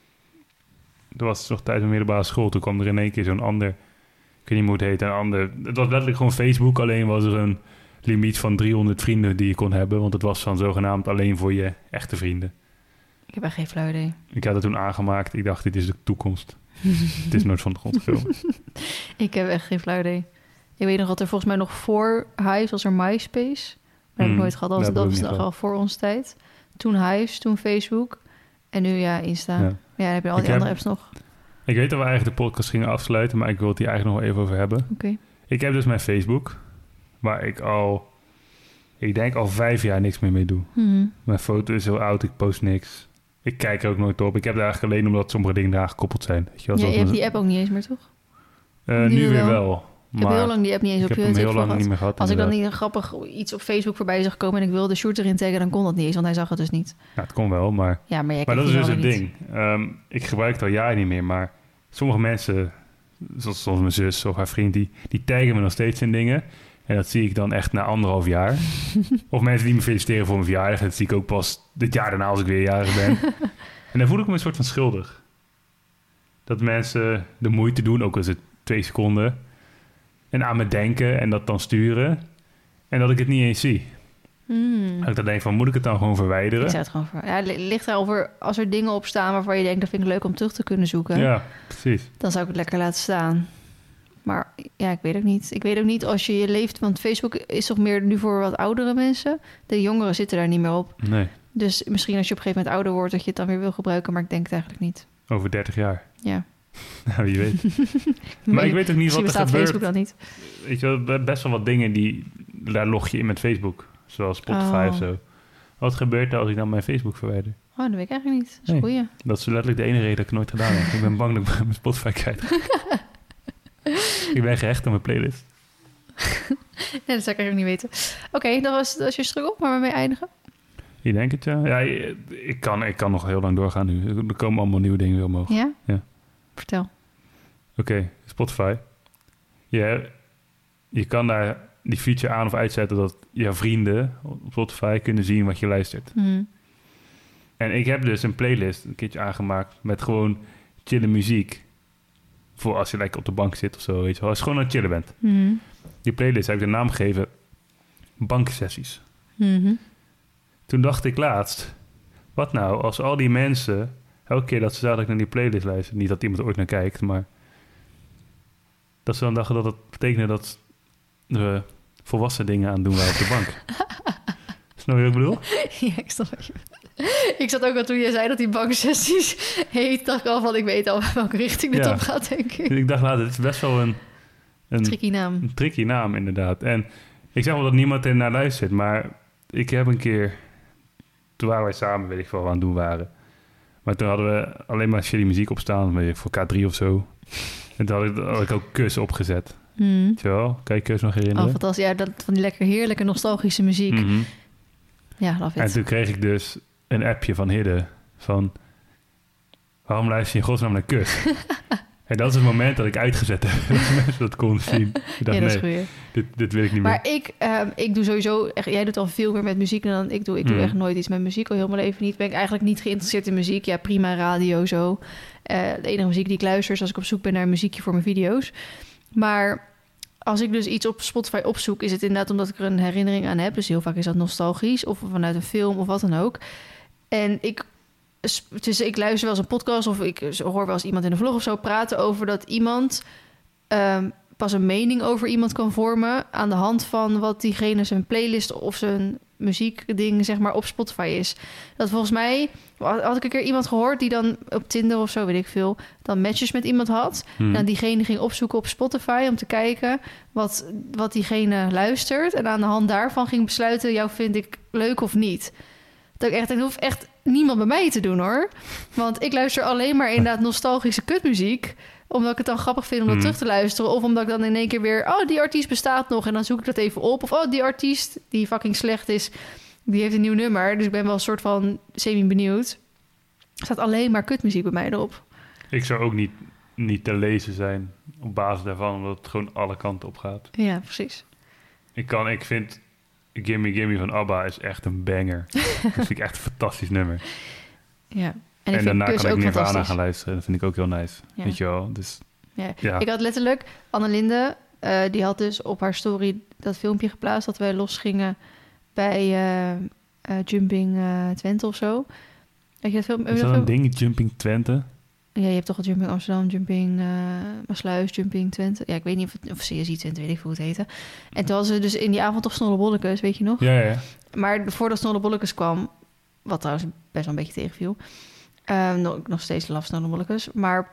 er was nog tijdens mijn middelbare school. Toen kwam er in één keer zo'n ander... Ik weet niet hoe het heet, een ander... Het was letterlijk gewoon Facebook. Alleen was er een limiet van driehonderd vrienden die je kon hebben. Want het was dan zogenaamd alleen voor je echte vrienden. Ik heb echt geen flauw idee. Ik had het toen aangemaakt. Ik dacht, dit is de toekomst. Het is nooit van de grond gekomen. Ik heb echt geen flauw idee. Ik weet nog dat er volgens mij nog voor Hives was er MySpace. Maar mm, heb ik nooit gehad. Dat, dat was nog al voor onze tijd. Toen Hives, toen Facebook. En nu ja, Insta. Ja, ja dan heb je al ik die heb, andere apps nog. Ik weet dat we eigenlijk de podcast gingen afsluiten. Maar ik wil het hier eigenlijk nog wel even over hebben. Oké. Okay. Ik heb dus mijn Facebook. Waar ik al... Ik denk al vijf jaar niks meer mee doe. Mm-hmm. Mijn foto is zo oud. Ik post niks. Ik kijk er ook nooit op. Ik heb daar eigenlijk alleen omdat sommige dingen daar gekoppeld zijn. Weet je, ja, je hebt een... die app ook niet eens meer, toch? Uh, nu, nu weer wel. wel. Ik heb heel lang die app niet eens ik op je heb hem heel lang gehad. niet meer gehad. Als inderdaad. ik dan niet een grappig iets op Facebook voorbij zag komen... en ik wilde Sjoerd erin taggen, dan kon dat niet eens. Want hij zag het dus niet. Ja, het kon wel, maar... Ja, maar jij maar dat is dus het niet. ding. Um, ik gebruik het al jaren niet meer, maar... Sommige mensen, zoals, zoals mijn zus of haar vriend... Die, die taggen me nog steeds in dingen... En dat zie ik dan echt na anderhalf jaar. Of mensen die me feliciteren voor mijn verjaardag. Dat zie ik ook pas dit jaar daarna als ik weer jarig ben. En dan voel ik me een soort van schuldig. Dat mensen de moeite doen, ook al is het twee seconden. En aan me denken en dat dan sturen. En dat ik het niet eens zie. Mm. Dat ik dan denk van, moet ik het dan gewoon verwijderen? Ik zou het gewoon ver... Ja, het ligt erover als er dingen op staan waarvan je denkt... dat vind ik leuk om terug te kunnen zoeken. Ja, precies. Dan zou ik het lekker laten staan. Maar ja, ik weet ook niet. Ik weet ook niet als je je leeft... want Facebook is toch meer nu voor wat oudere mensen. De jongeren zitten daar niet meer op. Nee. Dus misschien als je op een gegeven moment ouder wordt... dat je het dan weer wil gebruiken, maar ik denk het eigenlijk niet. Over dertig jaar. Ja. Nou, wie weet. maar, maar ik weet ook niet wat er gebeurt. Facebook dan niet. Weet je wel, best wel wat dingen die... daar log je in met Facebook. Zoals Spotify oh. of zo. Wat gebeurt er als ik dan mijn Facebook verwijder? Oh, dat weet ik eigenlijk niet. Dat is nee. een goeie. Dat is letterlijk de enige reden dat ik het nooit gedaan heb. Ik ben bang dat ik mijn Spotify kwijt. Ik ben gehecht aan mijn playlist. Ja, dat zou ik eigenlijk niet weten. Oké, okay, dat, was, dat was je struggle. Waar we mee eindigen? Ik denk het, ja. ja ik, kan, ik kan nog heel lang doorgaan nu. Er komen allemaal nieuwe dingen weer omhoog. Ja? Ja. Vertel. Oké, okay, Spotify. Ja, je kan daar die feature aan of uitzetten... dat jouw vrienden op Spotify kunnen zien wat je luistert. Mm. En ik heb dus een playlist een keertje aangemaakt... met gewoon chille muziek. Voor als je like, op de bank zit of zo, weet je wel. Als je gewoon aan het chillen bent. Mm. Die playlist heb ik de naam gegeven... Banksessies. Mm-hmm. Toen dacht ik laatst... wat nou als al die mensen... elke keer dat ze dadelijk naar die playlist luisteren... niet dat iemand er ooit naar kijkt, maar... dat ze dan dachten dat het betekende dat... we volwassen dingen aan doen waren op de bank. Snap je wat ik bedoel? Ja, ik snap wat je bedoelt. Ik zat ook al toen je zei dat die banksessies heet... dacht ik al van, ik weet al welke richting dit Ja. op gaat, denk ik. Ik dacht, nou, dit is best wel een... een Tricky naam. Een tricky naam, inderdaad. En ik zeg wel dat niemand er naar luistert... maar ik heb een keer... toen waren wij samen, weet ik veel, wat we aan het doen waren... maar toen hadden we alleen maar shitty muziek opstaan... weet je, voor K drie of zo... en toen had ik, had ik ook Kus opgezet. Mm. Weet je wel? Kan je Kus nog herinneren? Oh, fantastisch. Ja, dat, van die lekker heerlijke nostalgische muziek. Mhm. Ja, love En it. toen kreeg ik dus een appje van Hidde... van... waarom luister je in godsnaam naar Kus? En dat is het moment dat ik uitgezet heb... dat mensen dat konden zien. Ik dacht, Ja, dat is nee, goed. dit, dit wil ik niet meer. Maar ik, ehm, ik doe sowieso... Echt, jij doet al veel meer met muziek dan ik doe. Ik doe Mm. echt nooit iets met muziek. Al heel mijn leven niet. Ben ik eigenlijk niet geïnteresseerd in muziek. Ja, prima radio zo. Eh, de enige muziek die ik luister... is als ik op zoek ben naar een muziekje voor mijn video's. Maar... als ik dus iets op Spotify opzoek... is het inderdaad omdat ik er een herinnering aan heb. Dus heel vaak is dat nostalgisch. Of vanuit een film of wat dan ook. En ik... Dus ik luister wel eens een podcast... of ik hoor wel eens iemand in een vlog of zo praten over... dat iemand um, pas een mening over iemand kan vormen... aan de hand van wat diegene zijn playlist... of zijn muziekding zeg maar op Spotify is. Dat volgens mij... had ik een keer iemand gehoord die dan op Tinder of zo, weet ik veel... dan matches met iemand had. Hmm. En diegene ging opzoeken op Spotify... om te kijken wat, wat diegene luistert. En aan de hand daarvan ging besluiten... jou vind ik leuk of niet. Dat ik echt, dat hoeft echt niemand bij mij te doen, hoor. Want ik luister alleen maar inderdaad nostalgische kutmuziek... omdat ik het dan grappig vind om dat Hmm. terug te luisteren... of omdat ik dan in één keer weer... oh, die artiest bestaat nog... en dan zoek ik dat even op. Of oh, die artiest die fucking slecht is... die heeft een nieuw nummer. Dus ik ben wel een soort van semi-benieuwd. Er staat alleen maar kutmuziek bij mij erop. Ik zou ook niet, niet te lezen zijn op basis daarvan... omdat het gewoon alle kanten op gaat. Ja, precies. Ik, kan, ik vind Gimme Gimme van ABBA is echt een banger. Dat vind ik echt een fantastisch nummer. Ja. En, ik vind daarna Kus kan ik ook Nirvana fantastisch. gaan luisteren. Dat vind ik ook heel nice. Ja. Weet je wel? Dus Ja. ja. Ik had letterlijk... Annelinde, uh, die had dus op haar story dat filmpje geplaatst... dat wij losgingen bij uh, uh, Jumping uh, Twente of zo. Weet je dat film? Is dat een ding, Jumping Twente? Ja, je hebt toch al Jumping Amsterdam, Jumping uh, Maasluis, Jumping Twente. Ja, ik weet niet of het... of C S I Twente, weet ik hoe het heette. En toen was ze dus in die avond toch Snollebollekes, weet je nog? Ja, ja. Maar voordat Snollebollekes kwam... wat trouwens best wel een beetje tegenviel... Uh, nog, nog steeds laf Snollebollekes. Maar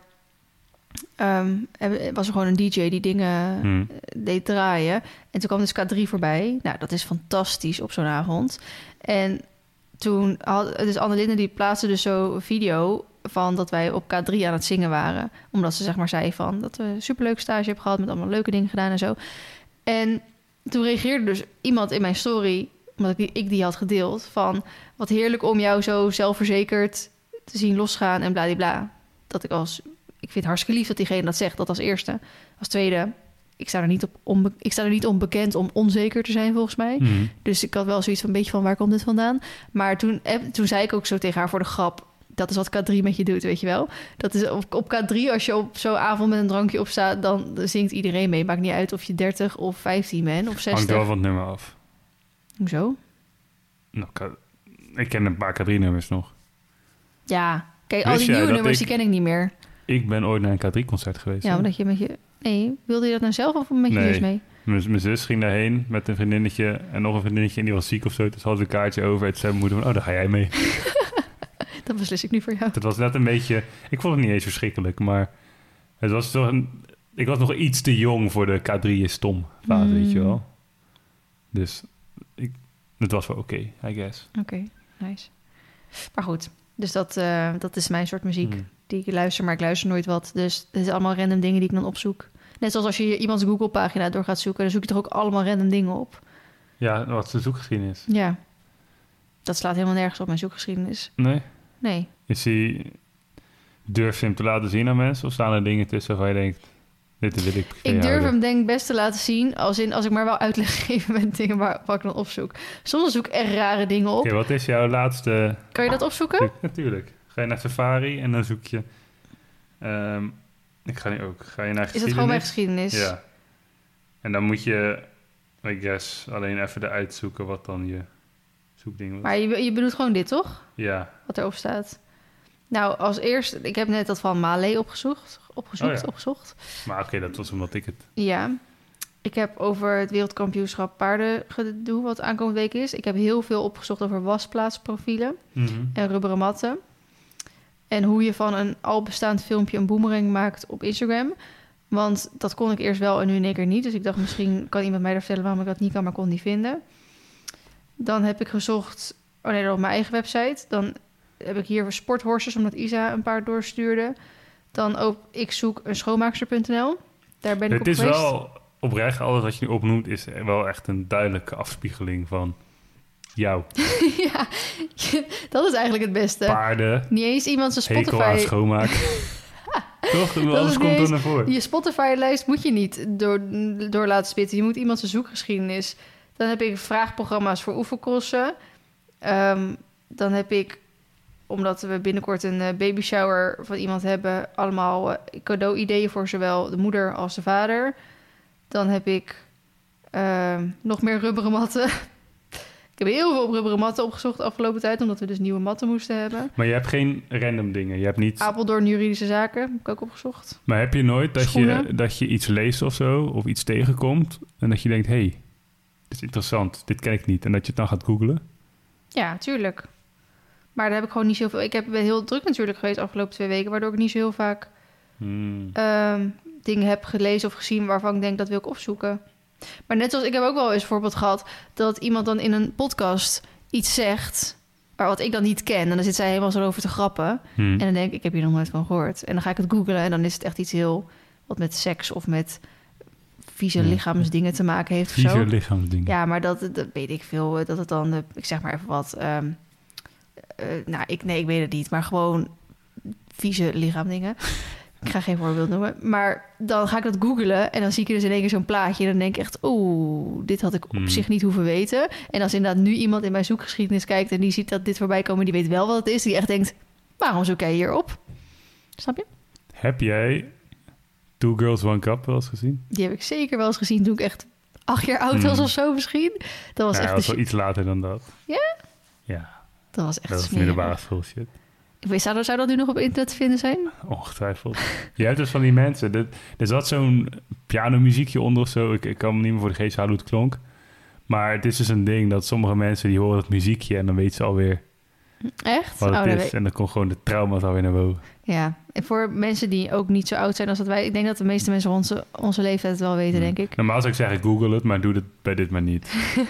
um, was er gewoon een D J die dingen Hmm. deed draaien. En toen kwam dus K drie voorbij. Nou, dat is fantastisch op zo'n avond. En toen had... dus Annelinde die plaatste dus zo een video... van dat wij op K drie aan het zingen waren. Omdat ze zeg maar zei van... dat we een superleuk stage hebben gehad... met allemaal leuke dingen gedaan en zo. En toen reageerde dus iemand in mijn story... omdat ik die, ik die had gedeeld... van wat heerlijk om jou zo zelfverzekerd... te zien losgaan en bladibla. Dat ik als... ik vind het hartstikke lief dat diegene dat zegt. Dat als eerste. Als tweede... ik sta er niet, op onbe- ik sta er niet onbekend om onzeker te zijn, volgens mij. Hmm. Dus ik had wel zoiets van een beetje van... waar komt dit vandaan? Maar toen, eh, toen zei ik ook zo tegen haar voor de grap... dat is wat K drie met je doet, weet je wel. Dat is op, op K drie, als je op zo'n avond met een drankje opstaat... dan zingt iedereen mee. Maakt niet uit of je dertig of vijftien bent of Hangt zestig. wel van het nummer af. Hoezo? Nou, K- ik ken een paar K drie nummers nog. Ja, kijk, al Wist die jij nieuwe dat nummers, ik- die ken ik niet meer. Ik ben ooit naar een K drie concert geweest. Ja, hè? omdat je met je... Nee, wilde je dat nou zelf of met je Nee. zus mee? Mijn mijn zus ging daarheen met een vriendinnetje en nog een vriendinnetje en die was ziek of zo. Dus hadden we een kaartje over en toen zei mijn moeder van, oh, daar ga jij mee. Dat beslis ik nu voor jou. Dat was net een beetje, ik vond het niet eens verschrikkelijk, maar het was toch een, ik was nog iets te jong voor de K drie is stom fase, Mm. weet je wel. Dus ik, het was wel oké, okay, I guess. Oké, okay, nice. Maar goed, dus dat, uh, dat is mijn soort muziek Hmm. die ik luister, maar ik luister nooit wat. Dus het zijn allemaal random dingen die ik dan opzoek. Net zoals als je iemands Google-pagina door gaat zoeken, dan zoek je toch ook allemaal random dingen op. Ja, wat de zoekgeschiedenis. Ja, dat slaat helemaal nergens op mijn zoekgeschiedenis. Nee? Nee. Is die, durf je hem te laten zien aan mensen? Of staan er dingen tussen waar je denkt, Dit wil ik privé Ik durf houden. hem denk ik best te laten zien. Als, in, als ik maar wel uitleg geef met dingen waar, waar ik dan opzoek. Soms zoek ik echt rare dingen op. Oké, wat is jouw laatste... Kan je dat opzoeken? Natuurlijk. Ga je naar Safari en dan zoek je... ehm, ik ga nu ook. Ga je naar Is geschiedenis? dat gewoon mijn geschiedenis? Ja. En dan moet je, I guess, alleen even eruit zoeken wat dan je zoekding was. Maar je, je bedoelt gewoon dit, toch? Ja. Wat erop staat. Nou, als eerst... Ik heb net dat van Malé opgezocht. Opgezocht, Oh ja. opgezocht. Maar oké, dat was omdat ik het... Ja. Ik heb over het wereldkampioenschap paardengedoe, wat aankomende week is. Ik heb heel veel opgezocht over wasplaatsprofielen Mm-hmm. en rubberen matten. En hoe je van een al bestaand filmpje een boomerang maakt op Instagram. Want dat kon ik eerst wel en nu in één keer niet. Dus ik dacht, misschien kan iemand mij daar vertellen waarom ik dat niet kan, maar kon niet vinden. Dan heb ik gezocht... Oh nee, op mijn eigen website. Dan heb ik hier voor sporthorses, omdat Isa een paard doorstuurde. Dan ook, ik zoek een schoonmaakster punt n l. Daar ben ik Het op is geweest. wel oprecht, alles wat je nu opnoemt, is wel echt een duidelijke afspiegeling van jou. Ja, dat is eigenlijk het beste. Paarden, Niet eens iemand zijn hekel aan Spotify... schoonmaak. Toch? Dat Alles is komt niet er eens- naar voren. Je Spotify-lijst moet je niet door, door laten spitten. Je moet iemand zijn zoekgeschiedenis. Dan heb ik vraagprogramma's voor oefencrossen. Ehm, dan heb ik, omdat we binnenkort een uh, baby shower van iemand hebben... allemaal uh, cadeau-ideeën voor zowel de moeder als de vader. Dan heb ik ehm, nog meer rubberen matten. Ik heb heel veel op rubberen matten opgezocht de afgelopen tijd... omdat we dus nieuwe matten moesten hebben. Maar je hebt geen random dingen. Je hebt niet... Apeldoorn juridische zaken heb ik ook opgezocht. Maar heb je nooit dat je, Schoenen. dat je iets leest of zo, of iets tegenkomt, en dat je denkt, hé, hey, dit is interessant, dit ken ik niet, en dat je het dan gaat googlen? Ja, tuurlijk. Maar daar heb ik gewoon niet zoveel... Ik heb, ben heel druk natuurlijk geweest de afgelopen twee weken... waardoor ik niet zo heel vaak Hmm. ehm, dingen heb gelezen of gezien... waarvan ik denk, dat wil ik opzoeken. Maar net zoals ik heb ook wel eens een voorbeeld gehad... dat iemand dan in een podcast iets zegt... maar wat ik dan niet ken. En dan zit zij helemaal zo over te grappen. Hmm. En dan denk ik, ik heb hier nog nooit van gehoord. En dan ga ik het googlen en dan is het echt iets heel... wat met seks of met vieze Hmm. lichaamsdingen te maken heeft of Vieze zo. lichaamsdingen. Ja, maar dat, dat weet ik veel. eh, Dat het dan, eh, ik zeg maar even wat... ehm, eh, nou, ik, nee, ik weet het niet. Maar gewoon vieze lichaamdingen. Ik ga geen voorbeeld noemen. Maar dan ga ik dat googlen en dan zie ik dus in één keer zo'n plaatje. En dan denk ik echt, oeh, dit had ik op Hmm. zich niet hoeven weten. En als inderdaad nu iemand in mijn zoekgeschiedenis kijkt... en die ziet dat dit voorbij komen, die weet wel wat het is. Die echt denkt, waarom zoek jij hierop? Snap je? Heb jij Two Girls, One Cup wel eens gezien? Die heb ik zeker wel eens gezien toen ik echt acht jaar oud Hmm. was of zo misschien. Dat was Ja, echt dat was de wel iets later dan dat. Ja? Ja, Dat was echt dat is smerig. middelbare school shit. Ik weet, zou, dat- zou dat nu nog op internet te vinden zijn? Ongetwijfeld. Je hebt dus van die mensen. Er, er zat zo'n pianomuziekje onder of zo. Ik, ik kan me niet meer voor de geest halen hoe het klonk. Maar het is dus een ding dat sommige mensen die horen dat muziekje... en dan weten ze alweer Echt? wat Oh, het dat is. weet- En dan komt gewoon de trauma's alweer naar boven. Ja, en voor mensen die ook niet zo oud zijn als dat wij... ik denk dat de meeste mensen van onze, onze leeftijd het wel weten, denk ik. Normaal zou ik zeggen, google het, maar doe het bij dit maar niet.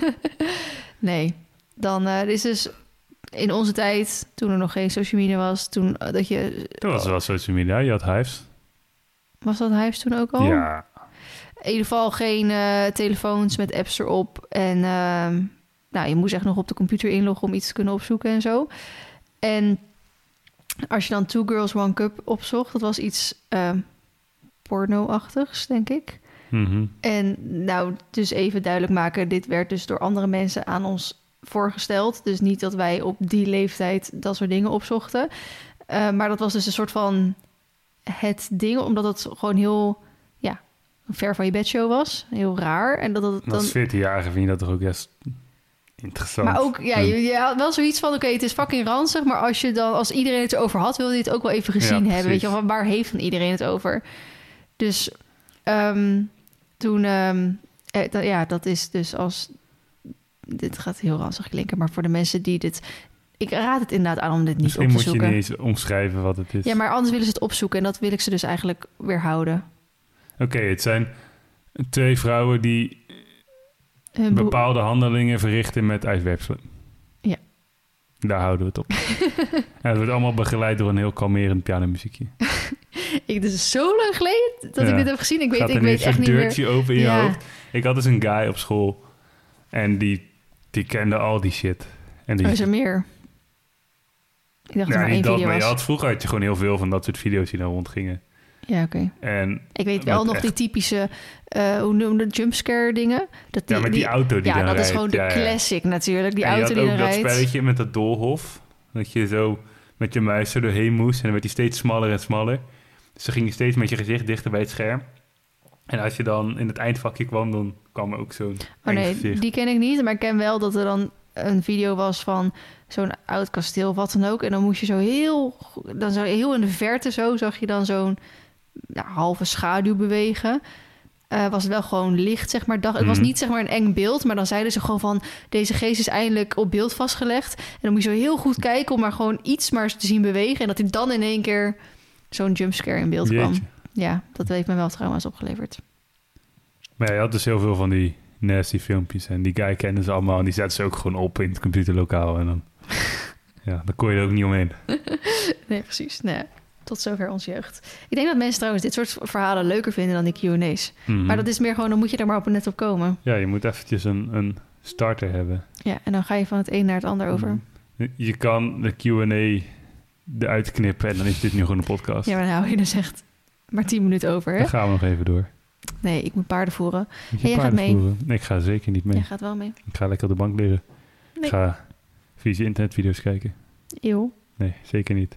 Nee. Dan eh, is dus in onze tijd, toen er nog geen social media was... toen eh, dat je... Toen was er wel social media. Je had Hives. Was dat Hives toen ook al? Ja. In ieder geval geen eh, telefoons met apps erop. En ehm, nou, je moest echt nog op de computer inloggen om iets te kunnen opzoeken en zo. En als je dan Two Girls, One Cup opzocht... dat was iets ehm, porno-achtigs, denk ik. Mhm. En nou, dus even duidelijk maken... dit werd dus door andere mensen aan ons voorgesteld. Dus niet dat wij op die leeftijd dat soort dingen opzochten. Uh, maar dat was dus een soort van het ding... omdat het gewoon heel... ja, ver van je bedshow was. Heel raar. En dat het En dan... als veertienjarige vind je dat toch ook best interessant. Maar ook, ja, je, je had wel zoiets van... oké, het is fucking ranzig... maar als je dan, als iedereen het erover had... wilde je het ook wel even gezien Ja, hebben. Weet je precies. wel, waar heeft dan iedereen het over? Dus um, toen... Um, eh, da- ja, dat is dus als... dit gaat heel ranzig klinken... maar voor de mensen die dit... ik raad het inderdaad aan om dit niet Misschien op te moet je zoeken. niet eens omschrijven wat het is. Ja, maar anders willen ze het opzoeken... en dat wil ik ze dus eigenlijk weerhouden. Oké, het zijn twee vrouwen die Hun boe- bepaalde handelingen verrichten met uitwerpselen. Ja. Daar houden we het op. En het wordt allemaal begeleid door een heel kalmerend pianomuziekje. Ik, dit is zo lang geleden dat Ja. ik dit heb gezien. Ik weet, Gaat ik er weet niet echt zo'n niet meer... deurtje open in je Ja. hoofd? Ik had dus een guy op school en die, die kende al die shit. En die, Oh, is er meer? Ik dacht dat er ja, maar niet één dat, video maar je was. had, vroeger had je gewoon heel veel van dat soort video's die dan rondgingen. Ja, oké. Okay. En ik weet wel nog echt... die typische, uh, hoe noem je dat, jumpscare dingen? Dat die, ja, met die, die auto die Ja, dan dat rijdt. is gewoon de ja, classic ja. natuurlijk. Die en auto je die had dan ook rijdt. dat spelletje met dat doolhof. Dat je zo met je muis er doorheen moest. En dan werd die steeds smaller en smaller. Dus dan ging je steeds met je gezicht dichter bij het scherm. En als je dan in het eindvakje kwam, dan kwam er ook zo'n Oh nee, gezicht. Die ken ik niet. Maar ik ken wel dat er dan een video was van zo'n oud kasteel of wat dan ook. En dan moest je zo heel, dan zo heel in de verte zo, zag je dan zo'n ja, halve schaduw bewegen. Uh, was het wel gewoon licht, zeg maar. Dag, mm. Het was niet zeg maar een eng beeld, maar dan zeiden ze gewoon van deze geest is eindelijk op beeld vastgelegd. En dan moet je zo heel goed kijken om maar gewoon iets maar te zien bewegen. En dat hij dan in één keer zo'n jumpscare in beeld Jeetje. kwam. Ja, dat heeft me wel trauma's opgeleverd. Maar ja, je had dus heel veel van die nasty filmpjes. En die guy kenden ze allemaal. En die zetten ze ook gewoon op in het computerlokaal. En dan, ja, dan kon je er ook niet omheen. Nee, precies. Nee, tot zover onze jeugd. Ik denk dat mensen trouwens dit soort verhalen leuker vinden dan die Q en A's. Mm-hmm. Maar dat is meer gewoon, dan moet je er maar op net op komen. Ja, je moet eventjes een, een starter hebben. Ja, en dan ga je van het een naar het ander over. Je kan de Q en A eruit knippen en dan is dit nu gewoon een podcast. Ja, maar dan hou je dus echt maar tien minuten over, hè? Dan gaan we nog even door. Nee, ik moet paarden voeren. Moet je je en paarden jij gaat mee? voeren? Nee, ik ga zeker niet mee. Jij gaat wel mee. Ik ga lekker op de bank liggen. Nee. Ik ga vieze internetvideo's kijken. Eeuw. Nee, zeker niet.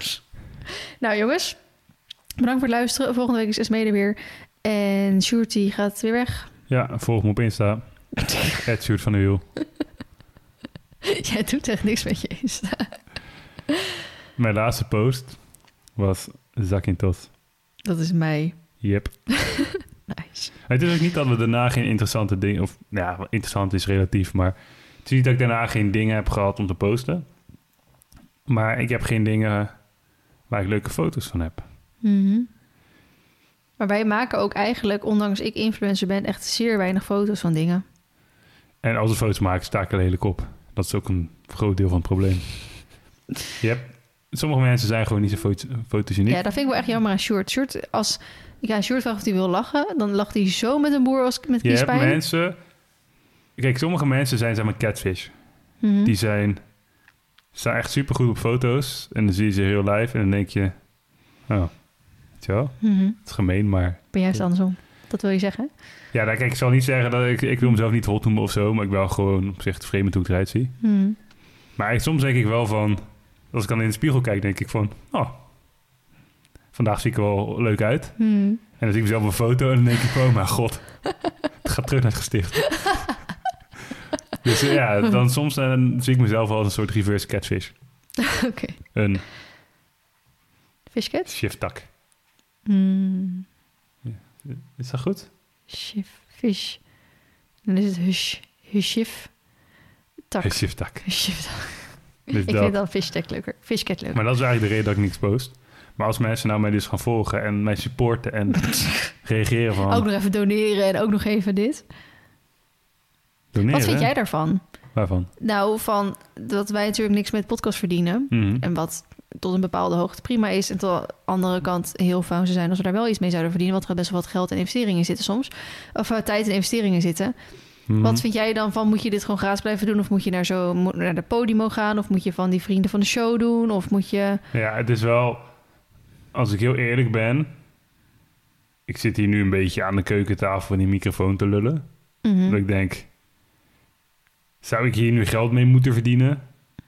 Nou jongens, bedankt voor het luisteren. Volgende week is Esmee er weer. En Sjoerd gaat weer weg. Ja, volg me op Insta. Het Sjoerd van de Wiel. Jij doet echt niks met je Insta. Mijn laatste post was Zakynthos. Dat is mij. Yep. Nice. Het is ook niet dat we daarna geen interessante dingen... Of ja, interessant is relatief, maar... Het is niet dat ik daarna geen dingen heb gehad om te posten. Maar ik heb geen dingen waar ik leuke foto's van heb. Mm-hmm. Maar wij maken ook eigenlijk, ondanks ik influencer ben... echt zeer weinig foto's van dingen. En als ik foto's maak, sta ik er lelijk op. Dat is ook een groot deel van het probleem. Yep. Sommige mensen zijn gewoon niet zo foto- fotogeniek. Ja, dat vind ik wel echt jammer aan Sjoerd. Sjoerd, als ik aan Sjoerd vraag of hij wil lachen... dan lacht hij zo met een boer als met kiespijn. Je hebt mensen... Kijk, sommige mensen zijn zeg maar catfish. Mm-hmm. Die zijn... staan echt supergoed op foto's. En dan zie je ze heel live. En dan denk je... Oh, weet je wel? Mm-hmm. Het is gemeen, maar... Ben juist andersom. Dat wil je zeggen? Ja, nou, kijk, ik zal niet zeggen dat ik... Ik wil mezelf niet hot noemen of zo. Maar ik ben gewoon op zich tevreden met hoe ik eruit zie. Mm. Maar soms denk ik wel van... Als ik dan in de spiegel kijk, denk ik van... Oh, vandaag zie ik er wel leuk uit. Mm. En dan zie ik mezelf op een foto en dan denk ik... Oh mijn god, het gaat terug naar het gesticht. Dus uh, ja, dan soms dan zie ik mezelf als een soort reverse catfish. Oké. Okay. Een... Fishcat? Shiftak. Mm. Ja. Is dat goed? Shif, fish. Dan is het hush, hushif. Tak. Hushiftak. Hushiftak. Dus ik dat. vind dan fishcat leuker. Fishcat leuker. Maar dat is eigenlijk de reden dat ik niks post. Maar als mensen nou mij dus gaan volgen en mij supporten en reageren van... Ook nog even doneren en ook nog even dit. Doneren? Wat vind jij daarvan? Waarvan? Nou, van dat wij natuurlijk niks met podcast verdienen. Mm-hmm. En wat tot een bepaalde hoogte prima is. En tot de andere kant heel fijn zou zijn als we daar wel iets mee zouden verdienen. Want er best wel wat geld en investeringen zitten soms. Of uh, tijd en investeringen zitten. Mm-hmm. Wat vind jij dan van, moet je dit gewoon gratis blijven doen? Of moet je naar, zo, naar de Podimo gaan? Of moet je van die vrienden van de show doen? Of moet je... Ja, het is wel... Als ik heel eerlijk ben... Ik zit hier nu een beetje aan de keukentafel van die microfoon te lullen. Mm-hmm. Dat ik denk... Zou ik hier nu geld mee moeten verdienen?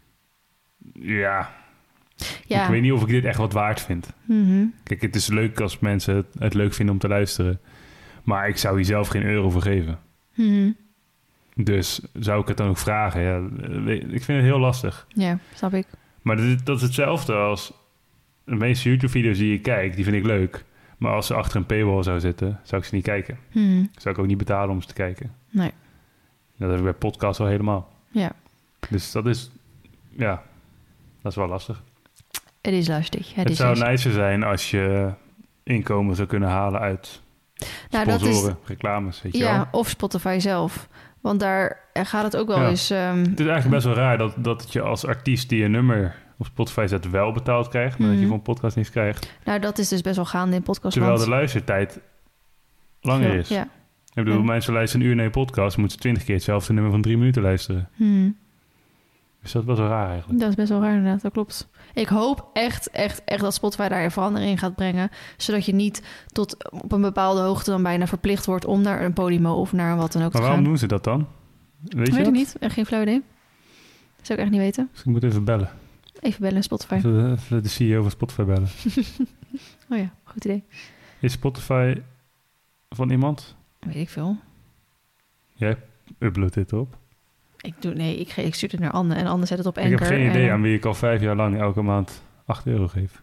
Ja. ja. Ik weet niet of ik dit echt wat waard vind. Mm-hmm. Kijk, het is leuk als mensen het, het leuk vinden om te luisteren. Maar ik zou hier zelf geen euro voor geven. Mm-hmm. Dus zou ik het dan ook vragen? Ja, ik vind het heel lastig. Ja, snap ik. Maar dat, dat is hetzelfde als... De meeste YouTube-video's die ik kijk, die vind ik leuk. Maar als ze achter een paywall zou zitten, zou ik ze niet kijken. Mm-hmm. Zou ik ook niet betalen om ze te kijken. Nee. Dat heb ik bij podcasts al helemaal. Ja. Dus dat is... Ja, dat is wel lastig. Het is lastig. Het, het is zou lastig. nicer zijn als je inkomen zou kunnen halen uit nou, sponsoren, dat is, reclames, weet je ja, wel. of Spotify zelf. Want daar gaat het ook wel ja. eens... Um, het is eigenlijk best wel raar dat, dat je als artiest die een nummer op Spotify zet wel betaald krijgt, maar mm-hmm. dat je van podcast niets krijgt. Nou, dat is dus best wel gaande in podcast. Terwijl de luistertijd langer is. Ja. Ik bedoel, ja. mensen luisteren een uur naar je podcast, moeten ze twintig keer hetzelfde nummer van drie minuten luisteren. Hmm. Dus dat was wel raar eigenlijk. Dat is best wel raar inderdaad, dat klopt. Ik hoop echt, echt, echt dat Spotify daar een verandering in gaat brengen. Zodat je niet tot op een bepaalde hoogte dan bijna verplicht wordt om naar een Podimo of naar wat dan ook Maar te waarom gaan. doen ze dat dan? Weet, Weet je ik dat? niet, echt geen flauw idee. Dat zou ik echt niet weten. Dus ik moet even bellen. Even bellen, Spotify. Even, even de C E O van Spotify bellen. Oh ja, goed idee. Is Spotify van iemand? Weet ik veel. Jij uploadt dit op. Ik doe, nee, ik, ge- ik stuur het naar Anne en Anne zet het op Ik Anchor. heb geen idee en, aan wie ik al vijf jaar lang elke maand acht euro geef.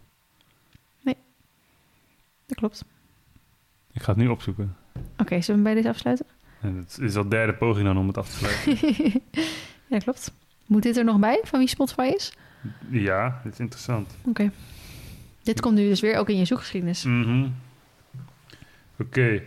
Dat klopt. Ik ga het nu opzoeken. Oké, okay, zullen we bij deze afsluiten? En het is al derde poging dan om het af te sluiten. Ja, klopt. Moet dit er nog bij, van wie Spotify is? Ja, dit is interessant. Oké. Okay. Dit komt nu dus weer ook in je zoekgeschiedenis. Mm-hmm. Oké. Okay.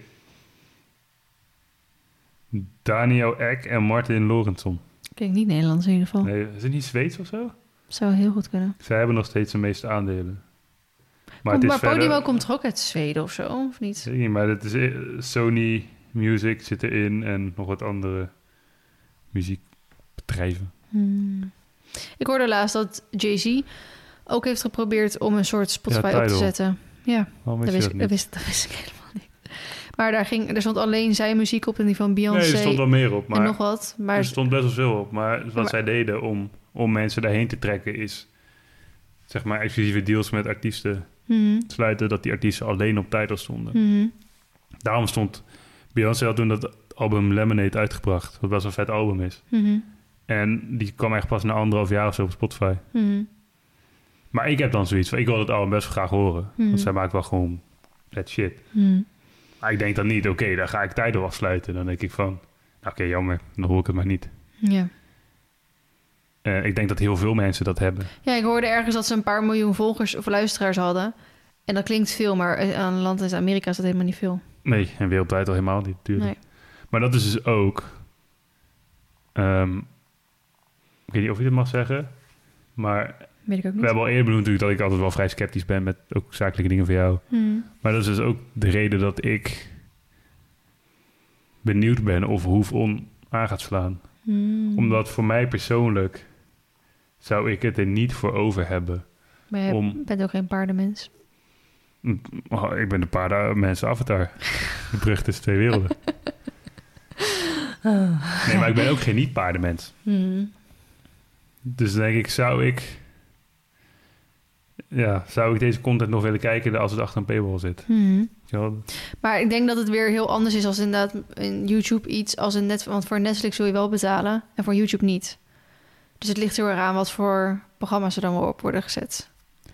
Daniel Ek en Martin Lorentzon. Klinkt niet Nederlands in ieder geval. Nee, is het niet Zweeds of zo? Zou heel goed kunnen. Zij hebben nog steeds de meeste aandelen. Maar, maar, het is maar verder... Podimo komt toch ook uit Zweden of zo, of niet? Weet ik niet, maar het is eh, Sony Music zit erin en nog wat andere muziekbedrijven. Hmm. Ik hoorde laatst dat Jay-Z ook heeft geprobeerd om een soort Spotify ja, op te zetten. Ja, Waarom dat wist wist, je dat, dat, wist, dat wist ik helemaal niet. Maar daar, ging, er stond alleen zijn muziek op en die van Beyoncé. Nee, er stond wel meer op, maar en nog wat. Maar er stond best wel veel op. Maar wat maar, zij deden om, om mensen daarheen te trekken is, zeg maar, exclusieve deals met artiesten mm-hmm. sluiten, dat die artiesten alleen op titel stonden. Mm-hmm. Daarom stond Beyoncé had toen dat album Lemonade uitgebracht, wat best wel een vet album is. Mm-hmm. En die kwam echt pas na anderhalf jaar of zo op Spotify. Mm-hmm. Maar ik heb dan zoiets van, ik wil het album best wel graag horen. Mm-hmm. Want zij maakt wel gewoon that shit. Mm-hmm. Maar ik denk dan niet, oké, okay, dan ga ik Tidal afsluiten. Dan denk ik van, oké, okay, jammer, dan hoor ik het maar niet. Ja. Uh, ik denk dat heel veel mensen dat hebben. Ja, ik hoorde ergens dat ze een paar miljoen volgers of luisteraars hadden. En dat klinkt veel, maar aan een land als Amerika is dat helemaal niet veel. Nee, en wereldwijd al helemaal niet natuurlijk. Nee. Maar dat is dus ook... Um, ik weet niet of je het mag zeggen, maar... Weet ik ook niet. We hebben al eerder benoemd natuurlijk dat ik altijd wel vrij sceptisch ben met ook zakelijke dingen voor jou. Hmm. Maar dat is dus ook de reden dat ik benieuwd ben of Hoef-On aan gaat slaan. Hmm. Omdat voor mij persoonlijk zou ik het er niet voor over hebben. Maar je om... bent ook geen paardenmens. Oh, ik ben de paardenmensen avatar. De brug tussen twee werelden. Nee, maar ik ben ook geen niet-paardenmens. Hmm. Dus dan denk ik, zou ik... Ja, zou ik deze content nog willen kijken als het achter een paywall zit? Hmm. Ja. Maar ik denk dat het weer heel anders is als inderdaad in YouTube iets als een net, want voor Netflix wil je wel betalen en voor YouTube niet. Dus het ligt heel erg aan wat voor programma's er dan wel op worden gezet.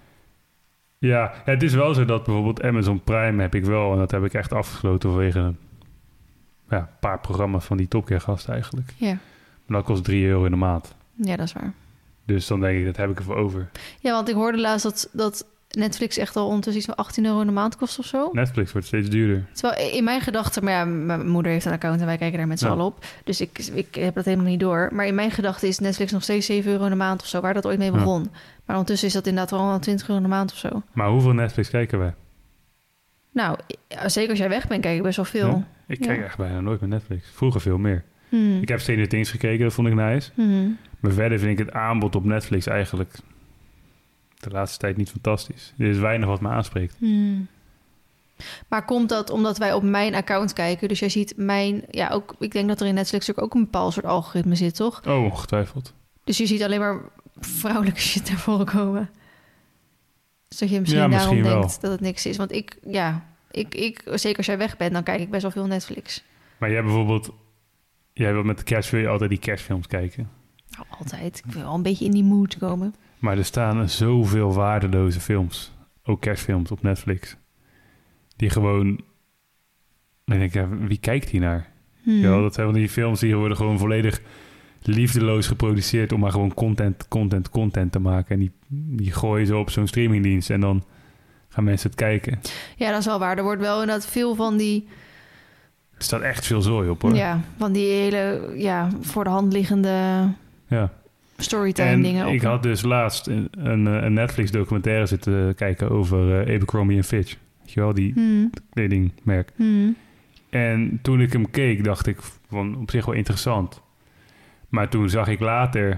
Ja, het is wel zo dat bijvoorbeeld Amazon Prime heb ik wel, en dat heb ik echt afgesloten vanwege een ja, paar programma's van die Top Gear gasten eigenlijk. Ja. Maar dat kost drie euro in de maand. Ja, dat is waar. Dus dan denk ik, dat heb ik ervoor over. Ja, want ik hoorde laatst dat, dat Netflix echt al ondertussen iets van achttien euro in de maand kost of zo. Netflix wordt steeds duurder. Terwijl in mijn gedachten, maar ja, mijn moeder heeft een account en wij kijken daar met z'n Ja. allen op. Dus ik, ik heb dat helemaal niet door. Maar in mijn gedachten is Netflix nog steeds zeven euro in de maand of zo, waar dat ooit mee begon. Ja. Maar ondertussen is dat inderdaad wel al twintig euro in de maand of zo. Maar hoeveel Netflix kijken wij? Nou, zeker als jij weg bent, kijk ik best wel veel. Ja? Ik kijk ja. echt bijna nooit met Netflix. Vroeger veel meer. Hmm. Ik heb Stranger Things gekeken, dat vond ik nice. Hmm. Maar verder vind ik het aanbod op Netflix eigenlijk de laatste tijd niet fantastisch. Er is weinig wat me aanspreekt. Hmm. Maar komt dat omdat wij op mijn account kijken? Dus jij ziet mijn... Ja, ook, ik denk dat er in Netflix ook een bepaald soort algoritme zit, toch? Oh, ongetwijfeld. Dus je ziet alleen maar vrouwelijke shit naar voren komen. Dus dat je misschien, ja, daarom misschien denkt wel. dat het niks is. Want ik, ja, ik, ik, zeker als jij weg bent, dan kijk ik best wel veel Netflix. Maar jij bijvoorbeeld... Jij wil met de kerst wil je altijd die kerstfilms kijken. Nou, altijd. Ik wil wel een beetje in die mood komen. Maar er staan zoveel waardeloze films. Ook kerstfilms op Netflix. Die gewoon... Dan denk ik, ja, wie kijkt hier naar? Hmm. Ja, dat zijn van die films die worden gewoon volledig liefdeloos geproduceerd... om maar gewoon content, content, content te maken. En die, die gooien ze op zo'n streamingdienst... en dan gaan mensen het kijken. Ja, dat is wel waar. Er wordt wel inderdaad veel van die... Er staat echt veel zooi op, hoor. Ja, van die hele ja, voor de hand liggende Ja. storytime En dingen. ik op. had dus laatst een, een, een Netflix-documentaire zitten kijken over uh, Abercrombie en Fitch. Weet je wel, die Hmm. kledingmerk. Hmm. En toen ik hem keek, dacht ik van op zich wel interessant. Maar toen zag ik later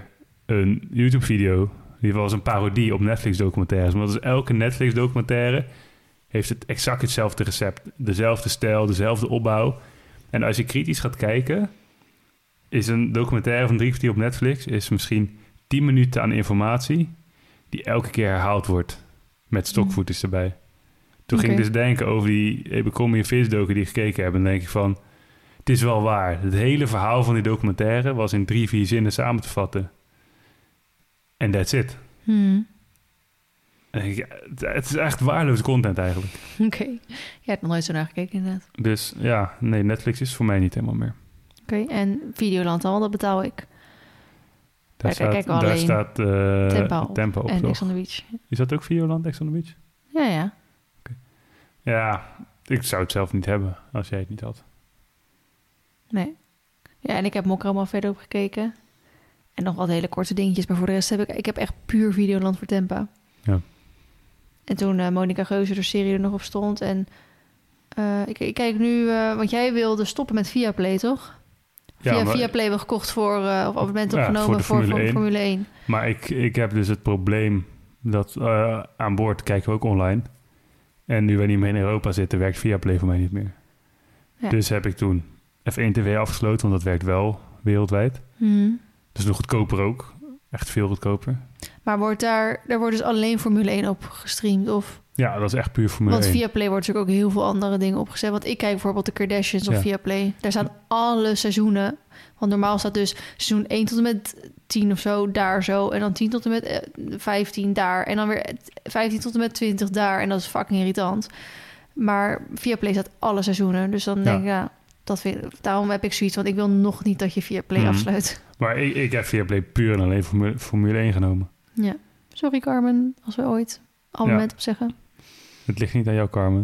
een YouTube-video. Die was een parodie op Netflix-documentaires. Maar dat is elke Netflix-documentaire heeft het exact hetzelfde recept. Dezelfde stijl, dezelfde opbouw. En als je kritisch gaat kijken, is een documentaire van drie kwartier op Netflix is misschien tien minuten aan informatie die elke keer herhaald wordt met stokvoeters erbij. Toen Okay. ging ik dus denken over die Abercrombie en Fitch docu die ik gekeken heb. En dan denk ik van, het is wel waar. Het hele verhaal van die documentaire was in drie, vier zinnen samen te vatten. En that's it. Hmm. En denk ik, het- het is echt waardeloze content eigenlijk. Oké. Jij hebt nog nooit zo naar gekeken inderdaad. Dus ja, nee, Netflix is voor mij niet helemaal meer. Oké, en Videoland dan, want dat betaal ik. Daar Ja, staat, kijk, kijk daar alleen staat eh, Tempo op. tempo op. En toch? Ex on the Beach. Is dat ook Videoland, Ex on the Beach? Ja, ja. Ja, ik zou het zelf niet hebben als jij het niet had. Nee. Ja, en ik heb Mokro al verder op gekeken. En nog wat hele korte dingetjes. Maar voor de rest heb ik... Ik heb echt puur Videoland voor Tempa. Ja. En toen uh, Monica Geuze de serie er nog op stond. En uh, ik, ik kijk nu... Uh, want jij wilde stoppen met Viaplay, toch? Ja, Via maar- Viaplay hebben we gekocht voor... Uh, of abonnement Ja, opgenomen voor de voor, Formule voor één. Formule één. Maar ik, ik heb dus het probleem dat eh, aan boord kijken we ook online. En nu wij niet meer in Europa zitten, werkt Viaplay voor mij niet meer. Ja. Dus heb ik toen F één T V afgesloten, want dat werkt wel wereldwijd. Hmm. Dus nog goedkoper ook. Echt veel goedkoper. Maar wordt daar... Daar wordt dus alleen Formule één op gestreamd, of... Ja, dat is echt puur Formule Want één. Viaplay wordt natuurlijk ook heel veel andere dingen opgezet. Want ik kijk bijvoorbeeld de Kardashians op Ja. Viaplay. Daar staan alle seizoenen. Want normaal staat dus seizoen één tot en met tien of zo daar zo. En dan tien tot en met eh, vijftien daar. En dan weer vijftien tot en met twintig daar. En dat is fucking irritant. Maar Viaplay staat alle seizoenen. Dus dan Ja. denk ik, ja, dat vind, daarom heb ik zoiets. Want ik wil nog niet dat je Viaplay Mhm. afsluit. Maar ik, ik heb Viaplay puur en alleen Formule, Formule één genomen. Ja. Sorry Carmen, als we ooit abonnement op zeggen. Het ligt niet aan jou, Carmen.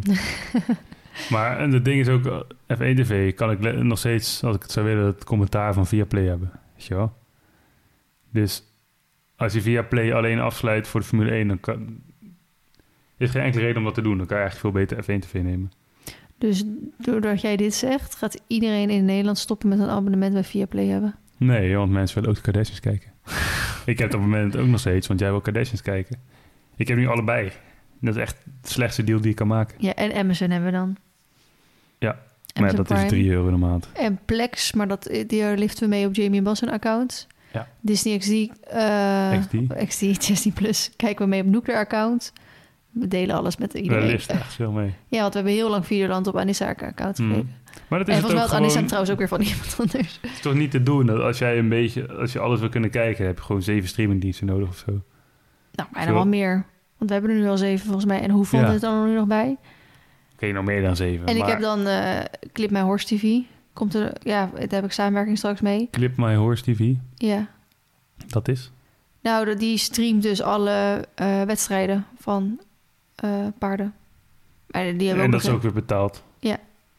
Maar en het ding is ook, eh, F één T V kan ik le- nog steeds, als ik het zou willen, het commentaar van Viaplay hebben. Weet je wel? Dus als je Viaplay alleen afsluit voor de Formule één, dan kan... Er is geen enkele reden om dat te doen. Dan kan je eigenlijk veel beter F één T V nemen. Dus doordat jij dit zegt, gaat iedereen in Nederland stoppen met een abonnement bij Viaplay hebben. Nee, want mensen willen ook de Kardashians kijken. Ik heb op het moment ook nog steeds, want jij wil Kardashians kijken. Ik heb nu allebei. Dat is echt de slechtste deal die ik kan maken. Ja, en Amazon hebben we dan. Ja, Amazon maar ja, dat Prime. is drie euro in de maand. En Plex, maar dat, die liften we mee op Jamie en Bas hun account. Ja. Disney X D, eh, X D. X D, Disney Plus, kijken we mee op Nookler account. We delen alles met Daar iedereen. lift echt veel mee. Ja, want we hebben heel lang Videoland op Anissa account Mm. gekeken. Maar dat is En het volgens mij ook had Anissa gewoon... trouwens ook weer van iemand anders. Het is toch niet te doen dat als jij een beetje... Als je alles wil kunnen kijken, heb je gewoon zeven streamingdiensten nodig of zo. Nou, bijna Zo. wel meer. Want we hebben er nu al zeven volgens mij. En hoeveel Ja. is er dan nu nog bij? Oké, nog meer dan zeven. En ik maar heb dan eh Clip My Horse T V. Komt er, ja, daar heb ik samenwerking straks mee. Clip My Horse T V, Ja. dat is... Nou, de- die streamt dus alle eh, wedstrijden van eh, paarden. Maar die hebben En ook dat is nog- ook weer betaald. Ja.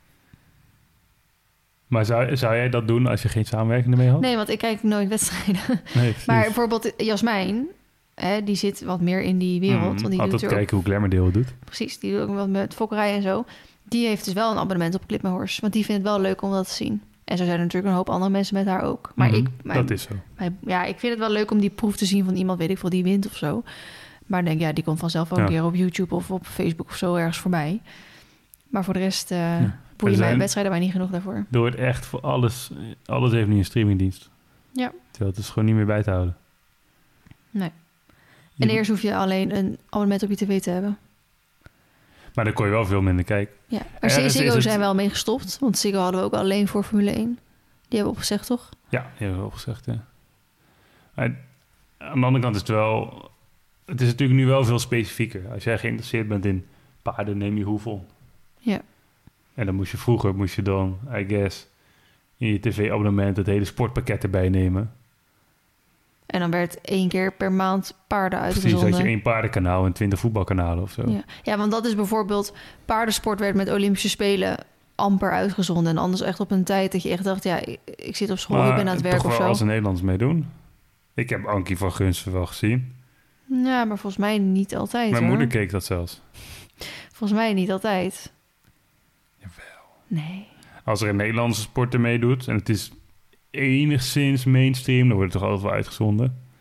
Maar zou, zou jij dat doen als je geen samenwerking ermee had? Nee, want ik kijk nooit wedstrijden. Nee, precies. Maar bijvoorbeeld Jasmijn, hè, die zit wat meer in die wereld. Mm, want die doet altijd er ook, kijken hoe Glamourdale het doet. precies, die doet ook wat met fokkerij en zo. Die heeft dus wel een abonnement op Clip My Horse. Want die vindt het wel leuk om dat te zien. En zo zijn er natuurlijk een hoop andere mensen met haar ook. Maar Mhm, ik, mijn, dat is zo. mijn- ja, ik vind het wel leuk om die proef te zien van iemand, weet ik veel, die wint of zo. Maar ik denk, ja, die komt vanzelf wel een Ja. keer op YouTube of op Facebook of zo ergens voorbij. Maar voor de rest uh, Er boeien zijn- mijn wedstrijden maar niet genoeg daarvoor. Er wordt echt voor alles... Alles heeft nu een streamingdienst. Ja. Terwijl het is gewoon niet meer bij te houden. Nee. Je- En eerst hoef je alleen een abonnement op je tv te hebben. Maar dan kon je wel veel minder kijken. Ja. Maar Ergens is Ziggo het- zijn wel mee gestopt. Want Ziggo hadden we ook alleen voor Formule één. Die hebben opgezegd, toch? Ja, die hebben we al gezegd, ja. Maar aan de andere kant is het wel... Het is natuurlijk nu wel veel specifieker. Als jij geïnteresseerd bent in paarden, neem je hoeveel. Ja. En dan moest je vroeger, moest je dan, I guess, in je tv-abonnement het hele sportpakket erbij nemen. En dan werd één keer per maand paarden Precies, uitgezonden. had je één paardenkanaal en twintig voetbalkanalen of zo. Ja. ja, want dat is bijvoorbeeld... Paardensport werd met Olympische Spelen amper uitgezonden. En anders echt op een tijd dat je echt dacht... ja, ik, ik zit op school, Maar ik ben aan het werk toch of wel zo. als de Nederlanders meedoen. Ik heb Ankie van Gunsten wel gezien. Ja, maar volgens mij niet altijd, Mijn hoor. moeder keek dat zelfs. Volgens mij niet altijd. Jawel. Nee. Als er een Nederlandse sporter meedoet en het is enigszins mainstream, dan wordt het toch altijd wel uitgezonden.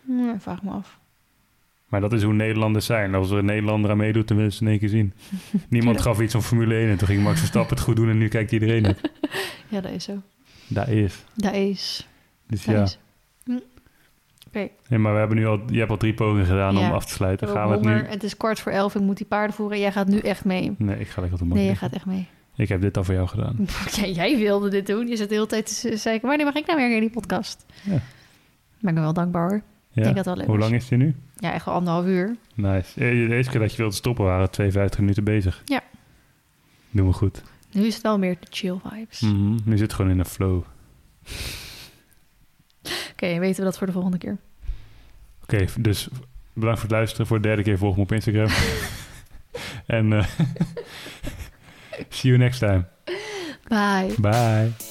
Ja, vraag me af. Maar dat is hoe Nederlanders zijn. Als er een Nederlander aan meedoet, dan willen ze het in één keer zien. Niemand gaf iets van Formule één en toen ging Max Verstappen het goed doen en nu kijkt iedereen het. Ja, dat is zo. Dat is. Dat is. Dus Dat ja. is. Hm. Oké. Okay. Nee, maar we hebben nu al, je hebt al drie pogingen gedaan Ja. om af te sluiten. Ik Gaan heb we het honger. nu? Het is kwart voor elf. Ik moet die paarden voeren. Jij gaat nu echt mee. Nee, ik ga lekker op de bank Nee, jij liggen. gaat echt mee. Ik heb dit al voor jou gedaan. Ja, jij wilde dit doen. Je zit de hele tijd te zeggen, wanneer mag ik nou weer in die podcast? Ja. Ben ik ben wel dankbaar hoor. Ja. Ik denk dat het wel leuk Hoe was. lang is die nu? Ja, echt wel anderhalf uur. Nice. Eh, De eerste keer dat je wilde stoppen waren we tweeënvijftig minuten bezig. Ja. Doen we goed. Nu is het wel meer de chill vibes. Mm-hmm. Nu zit het gewoon in een flow. Oké, okay, weten we dat voor de volgende keer. Oké, okay, dus bedankt voor het luisteren. Voor de derde keer volg me op Instagram. En uh, see you next time. Bye. Bye.